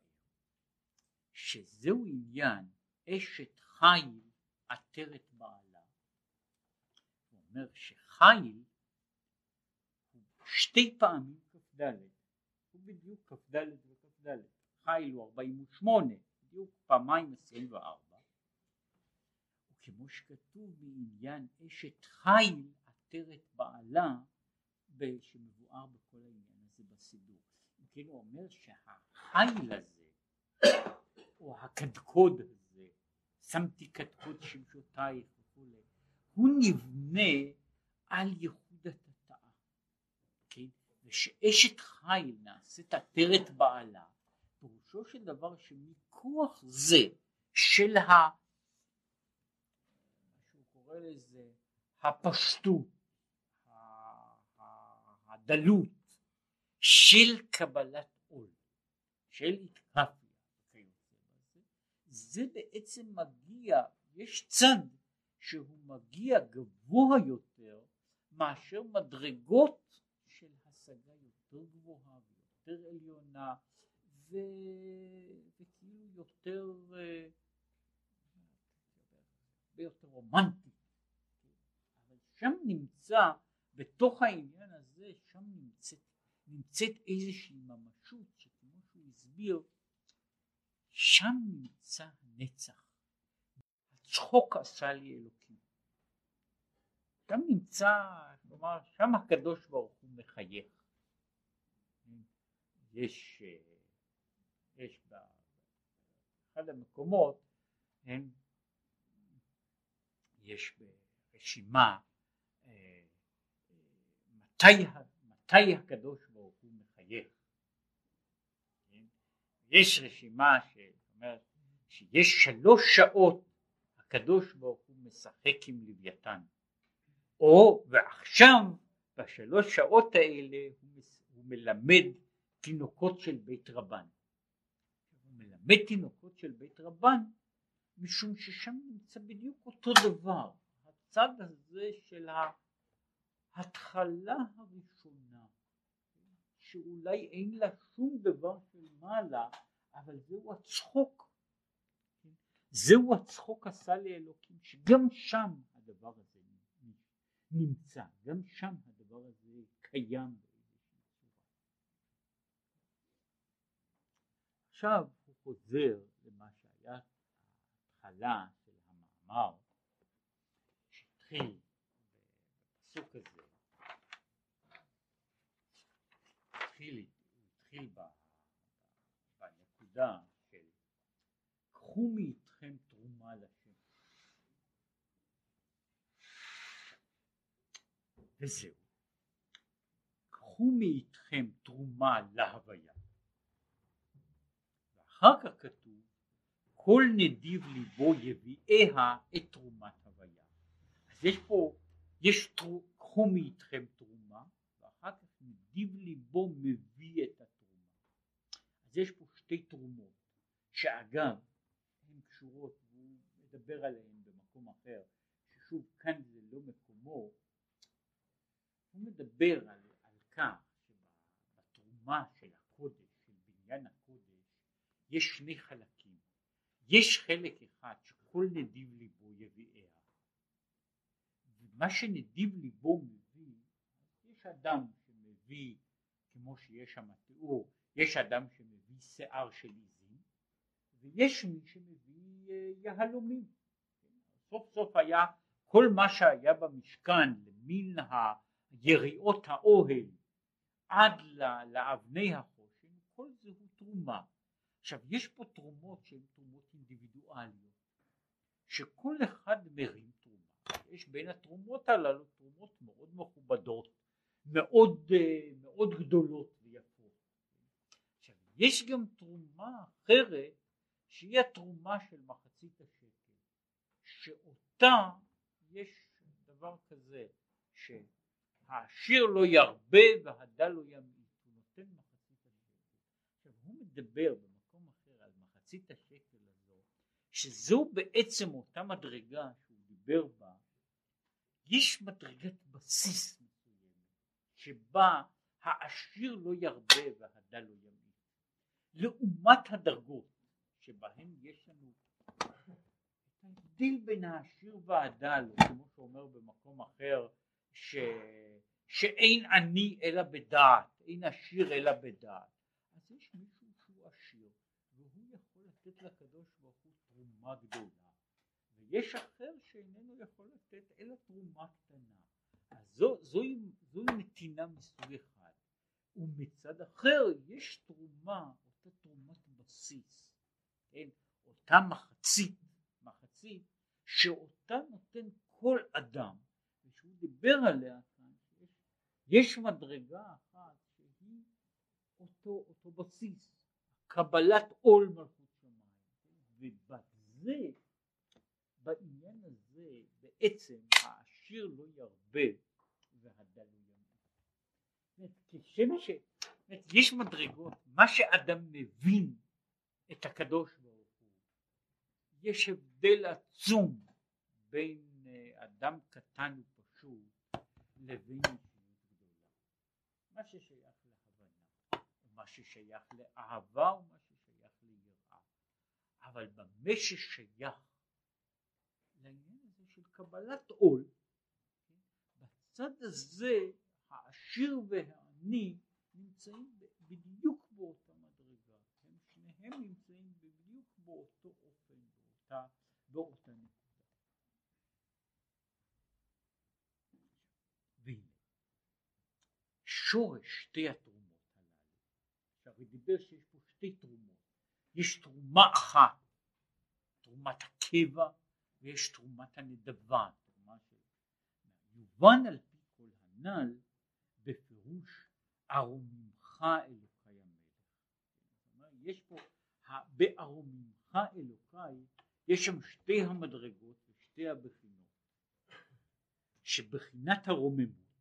שזהו עניין אשת חיל עטרת בעלה. הוא אומר שחיל הוא שתי פעמים כ"ד, הוא בדיוק כ"ד וכ"ד, חיל הוא 48, בדיוק פעמיים 24, וכמו שכתוב בעניין אשת חיל עטרת בעלה, שמבואר בכל העניין הזה בסידור. כאילו אומר שהחיל הזה או הקדקוד הזה, שמתי קדקוד שמשותייך וכולי, הוא נבנה על ייחוד התתאה, כן? ושאשת חיל נעשית עטרת בעלה, פירושו של דבר שמכוח זה של מה שהוא קורא לזה הפשטות, הדלות של קבלת עול, של התקפיה, זה בעצם מגיע, יש צד שהוא מגיע גבוה יותר מאשר מדרגות של השגה יותר גבוהה ויותר עליונה וכאילו יותר ביותר רומנטי, אבל שם נמצא בתוך העניין הזה, שם נמצאת איזושהי ממשות שכמו שהוא הסביר, שם נמצא הנצח, הצחוק עשה לי אלוקים, שם נמצא, כלומר שם הקדוש ברוך הוא מחייך. יש באחד המקומות יש ברשימה מתי הקדוש ברוך הוא מחייך. יש רשימה שאומרת שיש 3 שעות הקדוש ברוך הוא משחק עם לוויתן, או ועכשיו ב3 שעות האלה הוא מלמד תינוקות של בית רבן. הוא מלמד תינוקות של בית רבן משום ששם נמצא בדיוק אותו דבר, הצד הזה של ההתחלה הראשונה, שאולי אין לה שום דבר של מעלה, אבל זהו הצחוק. זהו הצחוק עשה לאלוקים, שגם שם הדבר הזה נמצא, גם שם הדבר הזה קיים באיזושהי צורה. עכשיו הוא חוזר למה שהיה ההתחלה של המאמר שהתחיל בפסוק הזה, התחיל בנקודה של קחו מאיתכם תרומה לשם, וזהו, קחו מאיתכם תרומה להוויה, ואחר כך כתוב כל נדיב ליבו יביאיה את תרומת הוויה. אז יש קחו מאיתכם תרומה, ואחר כך נדיב ליבו מביא את התרומה. אז יש פה שתי תרומות שאגב הן קשורות, והוא מדבר עליהן במקום אחר, ששוב כאן זה לא מקומו. הוא מדבר על כך שבתרומה של הקודש, של בניין הקודש, יש שני חלקים. יש חלק אחד שכל נדיב ליבו יביאיה, ומה שנדיב ליבו מביא, יש אדם שמביא, כמו שיש שם תיאור, יש אדם שמביא שיער של עזים, ויש מי שמביא יהלומים. סוף סוף היה כל מה שהיה במשכן למין היריעות האוהל עד לאבני החושן, כל זה הוא תרומה. עכשיו יש פה תרומות שהן תרומות אינדיבידואליות, שכל אחד מרים תרומה. יש בין התרומות הללו תרומות מאוד מכובדות, מאוד מאוד גדולות ויפות. עכשיו יש גם תרומה אחרת שהיא התרומה של מחצית השקל, שאותה יש דבר כזה שהעשיר לא ירבה והדל לא ימעיט, הוא נותן מחצית השקל. עכשיו הוא מדבר במקום אחר על מחצית השקל הזו, שזו בעצם אותה מדרגה שהוא דיבר בה. יש מדרגת בסיס מסוימת שבה העשיר לא ירבה והדל לא ימעיט, לעומת הדרגות שבהן יש לנו ההבדל בין העשיר והדל, כמו שאומר במקום אחר שאין עני אלא בדעת, אין עשיר אלא בדעת. אז יש מישהו שהוא עשיר והוא יכול לתת לקדוש ברוך הוא תרומה גדולה, ויש אחר שאיננו יכול לתת אלא תרומה קטנה. אז זוהי נתינה מסוג אחד. ומצד אחר יש תרומה, אותה תרומת בסיס, כן? אותה מחצית שאותה נותן כל אדם, ושהוא דיבר עליה כאן, יש מדרגה אחת שהיא אותו בסיס, קבלת עול מלכות שמיים, ובזה, בעניין הזה בעצם העשיר לא ירבה והדל לא ימעיט. כשם שיש מדרגות, מה שאדם מבין את הקדוש ברוך הוא, יש הבדל עצום בין אדם קטן ופשוט לבין אישיות גדולה. מה ששייך להבנה, ומה ששייך לאהבה, ומה ששייך ליראה. אבל במה ששייך לעניין הזה של קבלת עול, בצד הזה העשיר והעני נמצאים בדיוק באותה מדרגה, הם שניהם נמצאים בדיוק באותו אופן, באותה נקודה. והנה שורש שתי התרומות הללו, שהרי דיבר שיש פה שתי תרומות, יש תרומה אחת, תרומת הקבע, ויש תרומת הנדבה, יובן על פי כל הנ"ל בפירוש ארוממך אלוקי המלך. יש פה בארוממך אלוקי, יש שם שתי המדרגות ושתי הבחינות, שבחינת הרוממות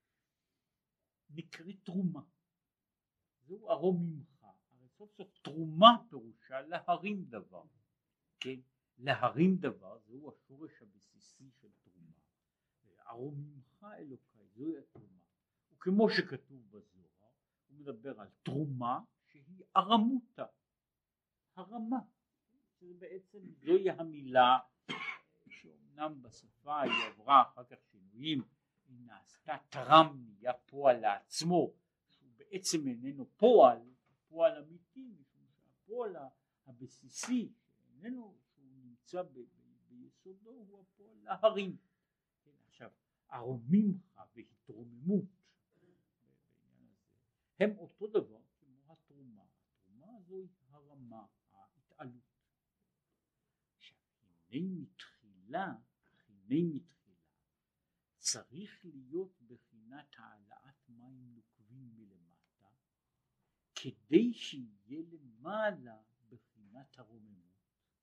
נקראת תרומה, זהו ארוממך. הרי סוף סוף תרומה פירושה להרים דבר, כן? להרים דבר זהו השורש הבסיסי של תרומה. ארוממך אלוקי זוהי התרומה, וכמו שכתוב בזוהר הוא מדבר על תרומה שהיא הרמותה, הרמה, בעצם זוהי המילה שאומנם בשפה היא עברה אחר כך שינויים, היא נעשתה טרם, נהיה פועל לעצמו, שהוא בעצם איננו פועל אמיתי, משום שהפועל הבסיסי שאיננו, שהוא נמצא ביסודו, הוא הפועל להרים. עכשיו ארומימך והתרוממות הם אותו דבר כמו התרומה. התרומה זו הרמה, ההתעלות. עכשיו הנה מתחילה צריך להיות בחינת העלאת מים נוקבים מלמטה, כדי שיהיה למעלה בחינת הרוממות,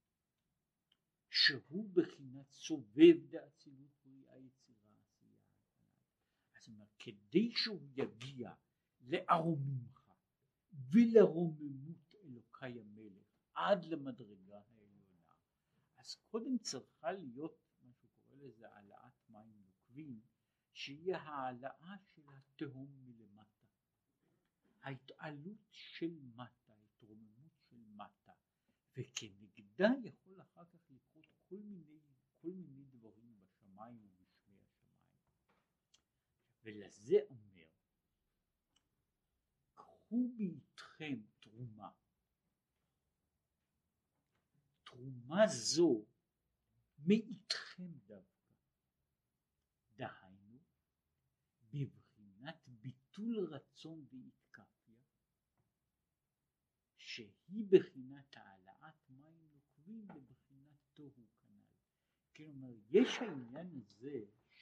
שהוא בחינת סובב דאצילות בריאה יצירה עשייה. אז אומר, כדי שהוא יגיע לארומימך ולרוממות אלוקי המלך עד למדרגה העליונה, אז קודם צריכה להיות מה שקורא לזה העלאת מים נוקבים, שהיא העלאה של התהום מלמטה, ההתעלות של מטה, ההתרוממות של מטה, וכנגדה יכול אחר כך לקרות כל מיני דברים בשמיים ובשמי השמיים. ולזה אומר, קחו ביתכם תרומה זו מאיתכם דווקא, דהיינו בבחינת ביטול רצון והתקפיה, שהיא בחינת העלאת מים נוקבים לבחינת תוהו כנ"ל. כלומר יש העניין הזה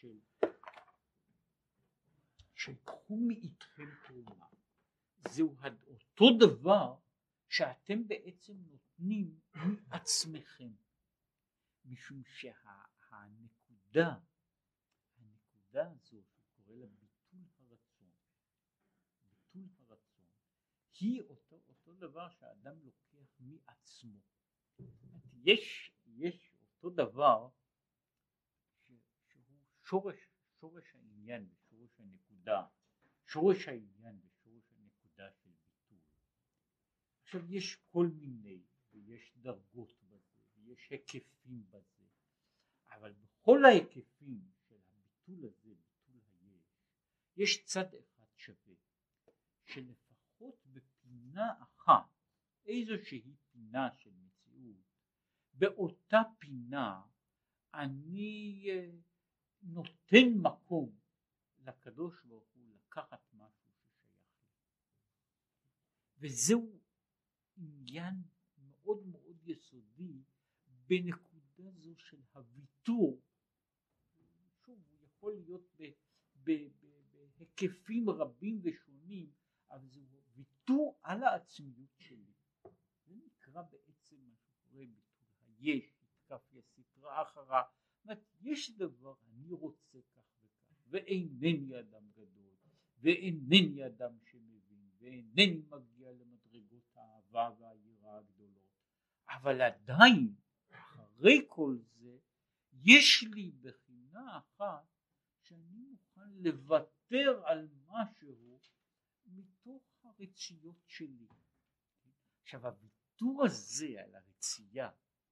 של קחו מאיתכם תרומה, זהו אותו דבר שאתם בעצם נותנים מעצמכם, משום שהנקודה הזו שקורא לה ביטול הרצון היא אותו דבר שהאדם לוקח מעצמו. יש אותו דבר שהוא שורש העניין ושורש הנקודה, שורש העניין ושורש הנקודה של ביטול. עכשיו יש כל מיני, ויש דרגות בזה, ויש היקפים בזה, אבל בכל ההיקפים של הביטול הזה, ביטול יש צד אחד שווה, שלפחות בפינה אחת, איזושהי פינה של מציאות, באותה פינה אני נותן מקום לקדוש ברוך הוא לקחת משהו ששייך לי. וזהו עניין מאוד מאוד יסודי בנקודה זו של הוויתור. שוב, הוא יכול להיות בהיקפים רבים ושונים, אבל זה ויתור על העצמיות שלי. זה נקרא בעצם מה שקורה ביטול היש, התקפיה סטרא אחרא. יש דבר, אני רוצה כך וכך, ואינני אדם גדול, ואינני אדם שמבין, ואינני מגיע למדרגות האהבה והיראה הגדולות, אבל עדיין אחרי כל זה יש לי בחינה אחת שאני מוכן לוותר על משהו מתוך הרציות שלי. עכשיו הוויתור הזה על הרצייה,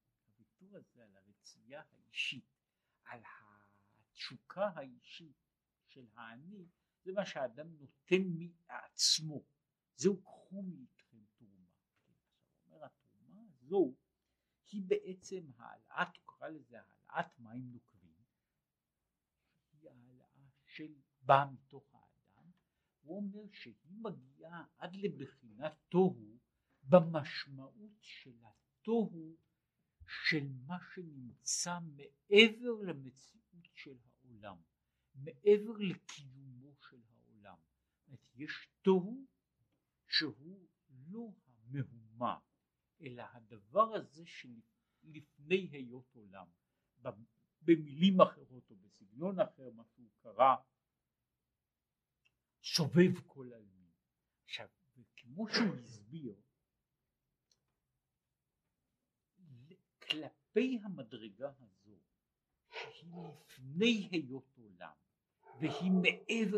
האישית, על התשוקה האישית של האני, זה מה שהאדם נותן מעצמו. זהו קחו מאיתכם תרומה. אומר התרומה הזו היא בעצם העלאת, קורא לזה העלאת מים נוקבים, היא העלאה של באה מתוך האדם. הוא אומר שהיא מגיעה עד לבחינת תוהו, במשמעות של התוהו של מה שנמצא מעבר למציאות של העולם, מעבר לקיומו של העולם. יש תוהו שהוא לא המהומה, אלא הדבר הזה שלפני היות עולם, במילים אחרות או בסגנון אחר, מה שהוא קרא סובב כל העלמין. עכשיו, כמו שהוא הסביר, כלפי המדרגה הזו שהיא לפני היות עולם והיא מעבר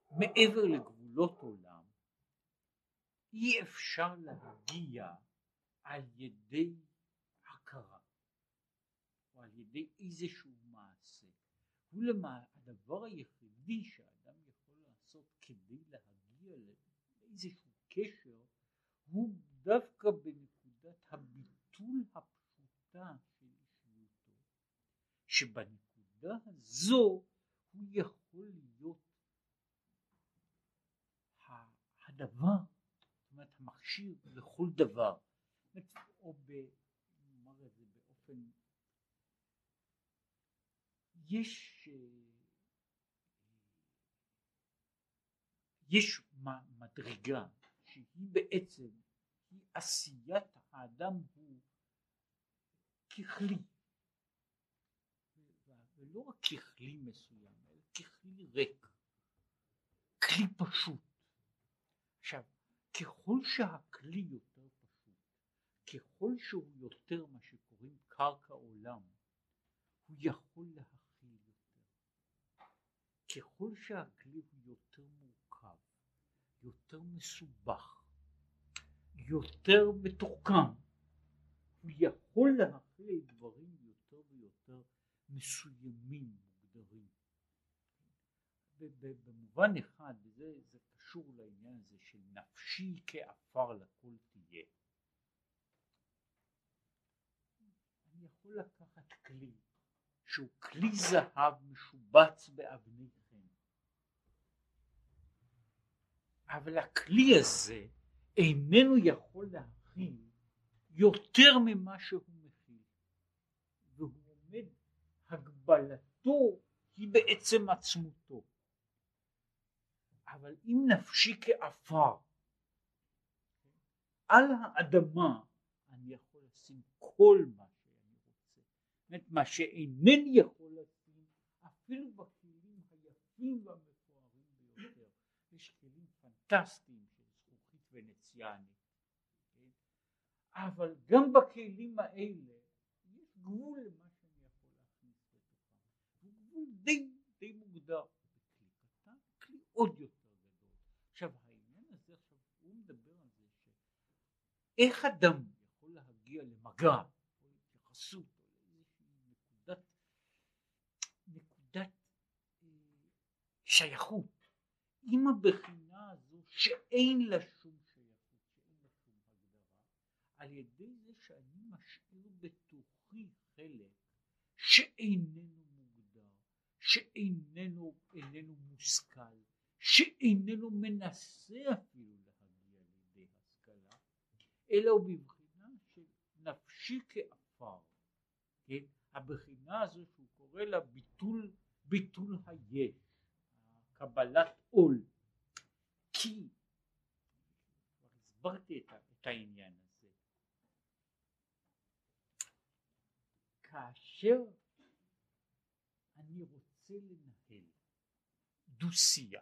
לגבולות עולם, אי אפשר להגיע על ידי הכרה, או על ידי איזשהו מעשה. הוא הדבר היחידי שהאדם יכול לעשות כדי להגיע לאיזשהו קשר, הוא דווקא בנקודת הביטול הפשוטה של אישיותו, שבנקודה הזו הוא יכול להיות הדבר, זאת אומרת המכשיר לכל דבר, או נאמר את זה באופן, יש מדרגה שהיא בעצם, היא עשיית האדם הוא ככלי, ולא רק ככלי מסוים, אלא ככלי ריק, כלי פשוט. עכשיו, ככל שהכלי יותר פשוט, ככל שהוא יותר מה שקוראים קרקע עולם, הוא יכול להכיל יותר. ככל שהכלי הוא יותר מורכב, יותר מסובך, יותר מתוחכם, הוא יכול להכיל דברים יותר ויותר מסוימים, מוגדרים. במובן אחד, זה קשור לעניין הזה של נפשי כעפר לכל תהיה. אני יכול לקחת כלי שהוא כלי זהב משובץ באבני חן, אבל הכלי הזה איננו יכול להכיל יותר ממה שהוא מכיל, והוא עומד, הגבלתו היא בעצם עצמותו. אבל אם נפשי כעפר על האדמה, אני יכול לשים כל מה שאני רוצה, זאת מה שאינני יכול לשים אפילו בכלים היפים והמפוארים ביותר. יש כלים פנטסטיים של זכוכית ונציאנית, אבל גם בכלים האלה יש גבול למה שאני יכול להכניס בתוכם. הוא גבול די מוגדר. בכלי קטן, כלי עוד יותר גדול. עכשיו העניין הזה, עכשיו הוא מדבר על זה איך אדם יכול להגיע למגע או להתייחסות או לאיזושהי נקודת שייכות עם הבחינה הזו שאין לה שום שייכות, שאין לה שום הגדרה, על ידי זה שאני משאיר בתוכי חלק שאיננו מוגדר, שאיננו מושכל, שאיננו מנסה אפילו להגיע לידי השכלה, אלא הוא בבחינה של נפשי כעפר, כן? הבחינה הזו שהוא קורא לה ביטול היש, קבלת עול. כי כבר הסברתי את העניין הזה, כאשר אני רוצה לנהל דו שיח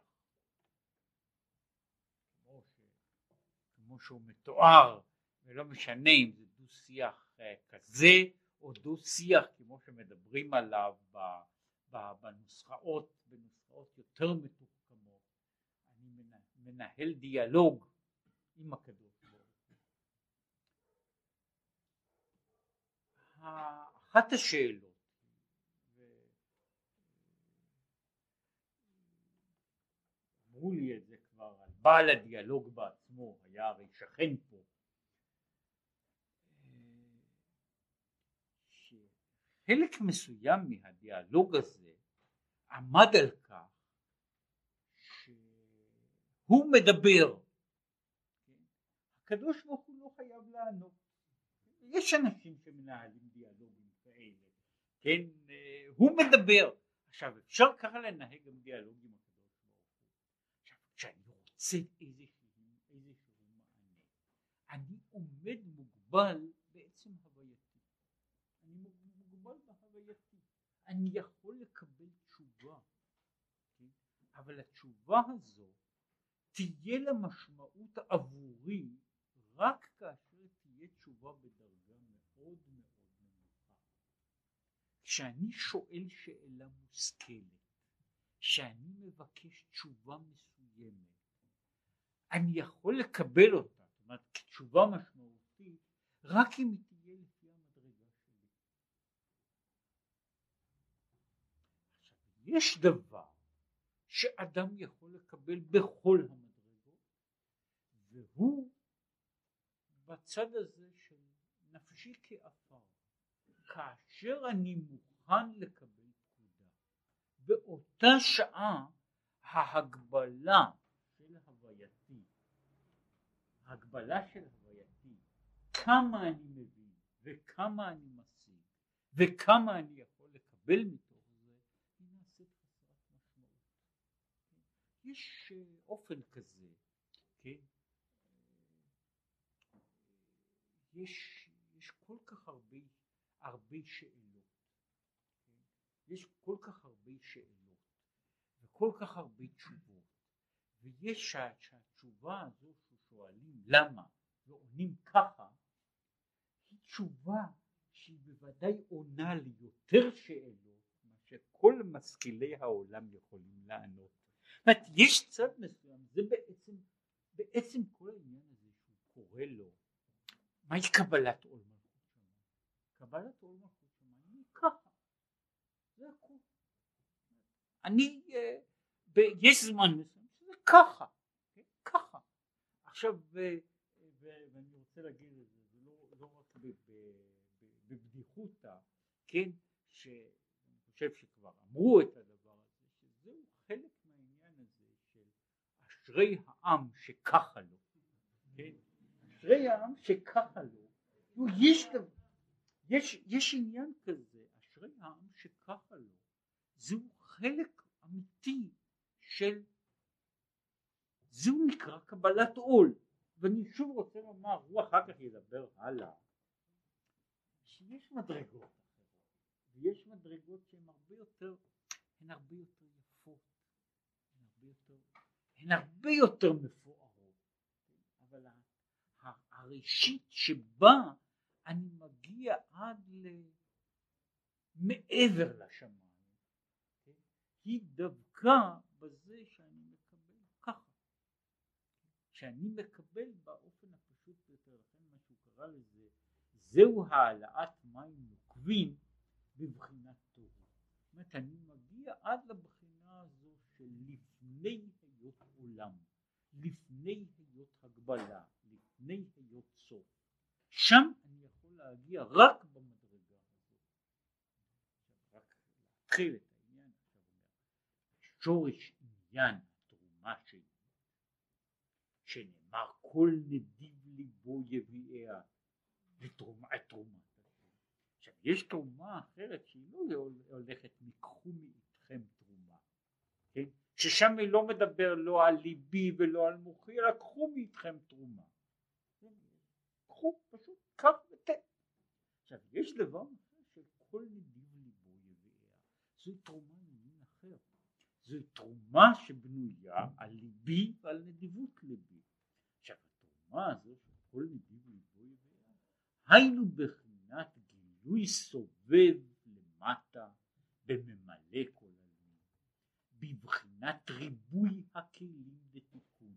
כמו שהוא מתואר, ולא משנה אם זה דו שיח כזה או דו שיח כמו שמדברים עליו בנוסחאות יותר מתוחכמות, אני מנהל דיאלוג עם הקדוש ברוך הוא. אחת השאלות, אמרו לי את זה כבר על בעל הדיאלוג בעצמו, היה הרי שכן פה, שחלק מסוים מהדיאלוג הזה עמד על כך שהוא מדבר, הקדוש ברוך הוא לא חייב לענות. יש אנשים שמנהלים דיאלוגים כאלה, כן, הוא מדבר. עכשיו אפשר ככה לנהל גם דיאלוג עם הקדוש ברוך הוא. עכשיו כשאני רוצה איזשהו מענה, אני עומד מוגבל בעצם הווייתי, אני מוגבל בהווייתי, אני יכול לקבל תשובה, כן? אבל התשובה הזו תהיה לה משמעות עבורי רק כאשר תהיה תשובה בדרגה מאוד מאוד נמוכה. כשאני שואל שאלה מושכלת, כשאני מבקש תשובה מסוימת, אני יכול לקבל אותה, זאת אומרת כתשובה משמעותית, רק אם היא תהיה לפי המדרגה שלי. עכשיו, יש דבר שאדם יכול לקבל בכל המדרגות, והוא בצד הזה של נפשי כעפר. כאשר אני מוכן לקבל פקודה, באותה שעה ההגבלה של הווייתי, כמה אני מבין וכמה אני משיג וכמה אני יכול לקבל מתוך זה, היא נעשית חסרת משמעות. יש אופן כזה, כן? יש כל כך הרבה שאלות, כן? יש כל כך הרבה שאלות וכל כך הרבה תשובות, ויש שהתשובה הזו ששואלים למה ועונים ככה, היא תשובה שהיא בוודאי עונה לי יותר שאלות מה שכל משכילי העולם יכולים לענות. זאת אומרת, יש צד מסוים, זה בעצם כל העניין הזה שהוא קורא לו, מהי קבלת עול מלכות שמיים? קבלת עול מלכות שמיים היא ככה, זה הכל. יש זמן מסוים שזה ככה, ככה. עכשיו, ואני רוצה להגיד את זה, זה לא רק בבדיחותא, כן, שאני חושב שכבר אמרו את הדבר הזה, שזהו חלק מהעניין הזה של אשרי העם שככה לו, כן, אשרי העם שככה לו, יש עניין כזה, אשרי העם שככה לו, זהו חלק אמיתי של, זהו נקרא קבלת עול. ואני שוב רוצה לומר, הוא אחר כך ידבר הלאה, שיש מדרגות אחרות, ויש מדרגות שהן הרבה יותר יפות, הן הרבה יותר מפוארות, אבל הראשית שבה אני מגיע עד מעבר לשמיים, היא דווקא בזה שאני מקבל ככה, שאני מקבל באופן הפשוט ביותר. לכן מה שהוא קרא לזה, זהו העלאת מים נוקבים בבחינת טוב. זאת אומרת, אני מגיע עד לבחינה הזו של לפני היות עולם, לפני היות הגבלה, לפני היות סוף. שם אני יכול להגיע רק במדרגה הזאת. רק להתחיל את העניין, שורש עניין התרומה שלי, שנאמר כל נדיב ליבו יביאה לתרומה. עכשיו יש תרומה אחרת שהיא לא הולכת מקחו מאיתכם תרומה, כן? ששם היא לא מדבר לא על ליבי ולא על מוחי, אלא קחו מאיתכם תרומה, קחו פשוט קח ותן. עכשיו יש דבר אחר של כל נדיב ליבו יביאה, זו תרומה ממין אחר, זו תרומה שבנויה על ליבי ועל נדיבות ליבי. עכשיו התרומה הזו של כל נדיב ליבו יביאה, היינו בחינת גילוי סובב למטה בממלא כל עלמין, בבחינת ריבוי הכלים לתיקון,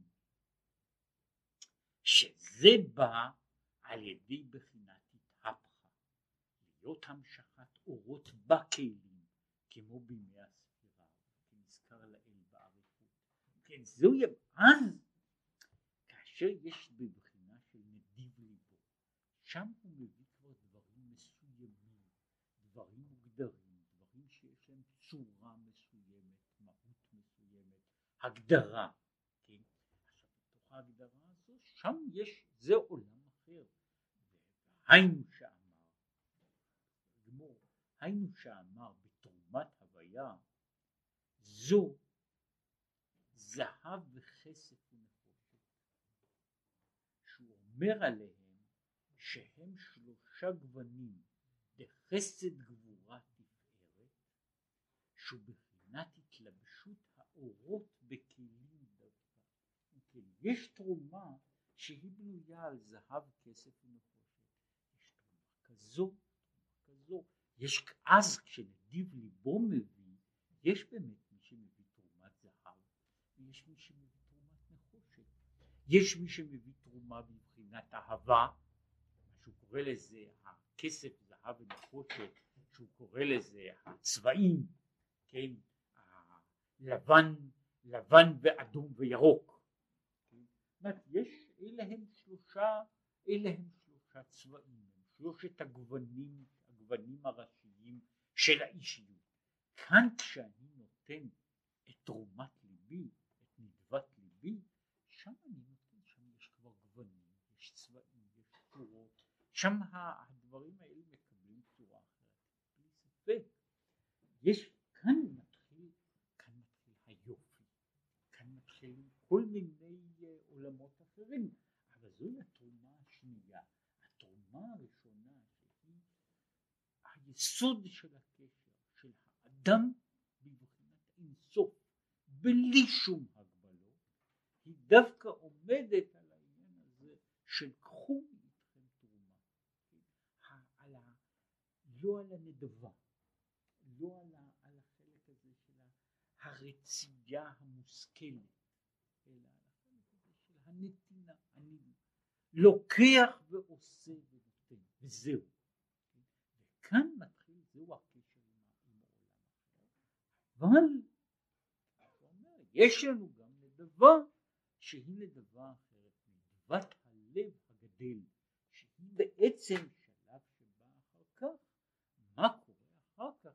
שזה בא על ידי בחינת התהפכה, להיות המשכת אורות בכלים כמו בימי הספירה, כנזכר לאל באריכות. כן, זוהי אז כאשר יש בבחינה של נדיב ליבו, שם הוא מביא כבר דברים מסוימים, דברים מוגדרים, דברים שיש להם צורה מסוימת, מהות מסוימת, הגדרה, כן? עכשיו בתוך ההגדרה הזו, שם יש, זה עולם אחר. היינו שאמר בתרומת הוויה, זו זהב וכסף ונחושת, שהוא אומר עליהם שהם שלושה גוונים בחסד גבורה תפארת, שהוא בחינת התלבשות האורות בכלים דווקא. כן, יש תרומה שהיא בנויה על זהב, כסף ונחושת, יש תרומה כזו. יש אז כשנדיב ליבו מביא, יש באמת מי שמביא תרומת זהב, ויש מי שמביא תרומת נחושת, יש מי שמביא תרומה בבחינת אהבה, מה שהוא קורא לזה הכסף, זהב ונחושת, שהוא קורא לזה הצבעים, כן, לבן ואדום וירוק. יש, אלה הם שלושה צבעים, שלושת הגוונים הראשיים של האישיות. כאן כשאני נותן את תרומת ליבי, את נדבת ליבי, שם אני נותן, שם יש כבר גוונים, יש צבעים, יש צורות, שם הדברים האלה מקבלים צורה אחרת. בלי ספק, יש, כאן מתחיל היופי, כאן מתחילים כל מיני עולמות אחרים, אבל זוהי התרומה השנייה. התרומה הראשונה שהיא היסוד של הקשר של האדם בבחינת אינסוף בלי שום הגבלות, היא דווקא עומדת על העניין הזה של קחו איתכם תרומה, לא על הנדבה, לא על החלק הזה של הרצייה המושכלת, אלא על החלק הזה של הנתינה. אני לוקח ועושה ונותן, וזהו. וכאן מתחיל, זהו הקשר עם העולם אחר. אבל יש לנו גם נדבה שהיא נדבה אחרת, נדבת הלב הגדל, שהיא בעצם שלב שבא אחר כך. מה קורה אחר כך?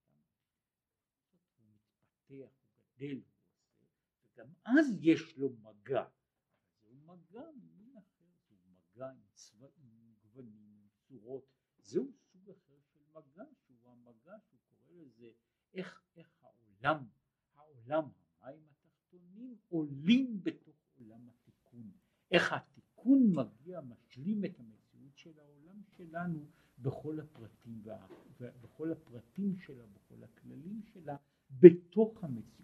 הוא מתפתח, הוא גדל, הוא עושה, וגם אז יש לו מגע. זהו מגע ממין אחר, זהו מגע עם צבעים, גוונים, צורות. זהו סוג אחר של מגע, שהוא המגע שהוא קורא לזה איך העולם, המים התחתונים עולים בתוך עולם התיקון, איך התיקון מגיע, משלים את המציאות של העולם שלנו בכל הפרטים, בכל הפרטים שלה, בכל הכללים שלה, בתוך המציאות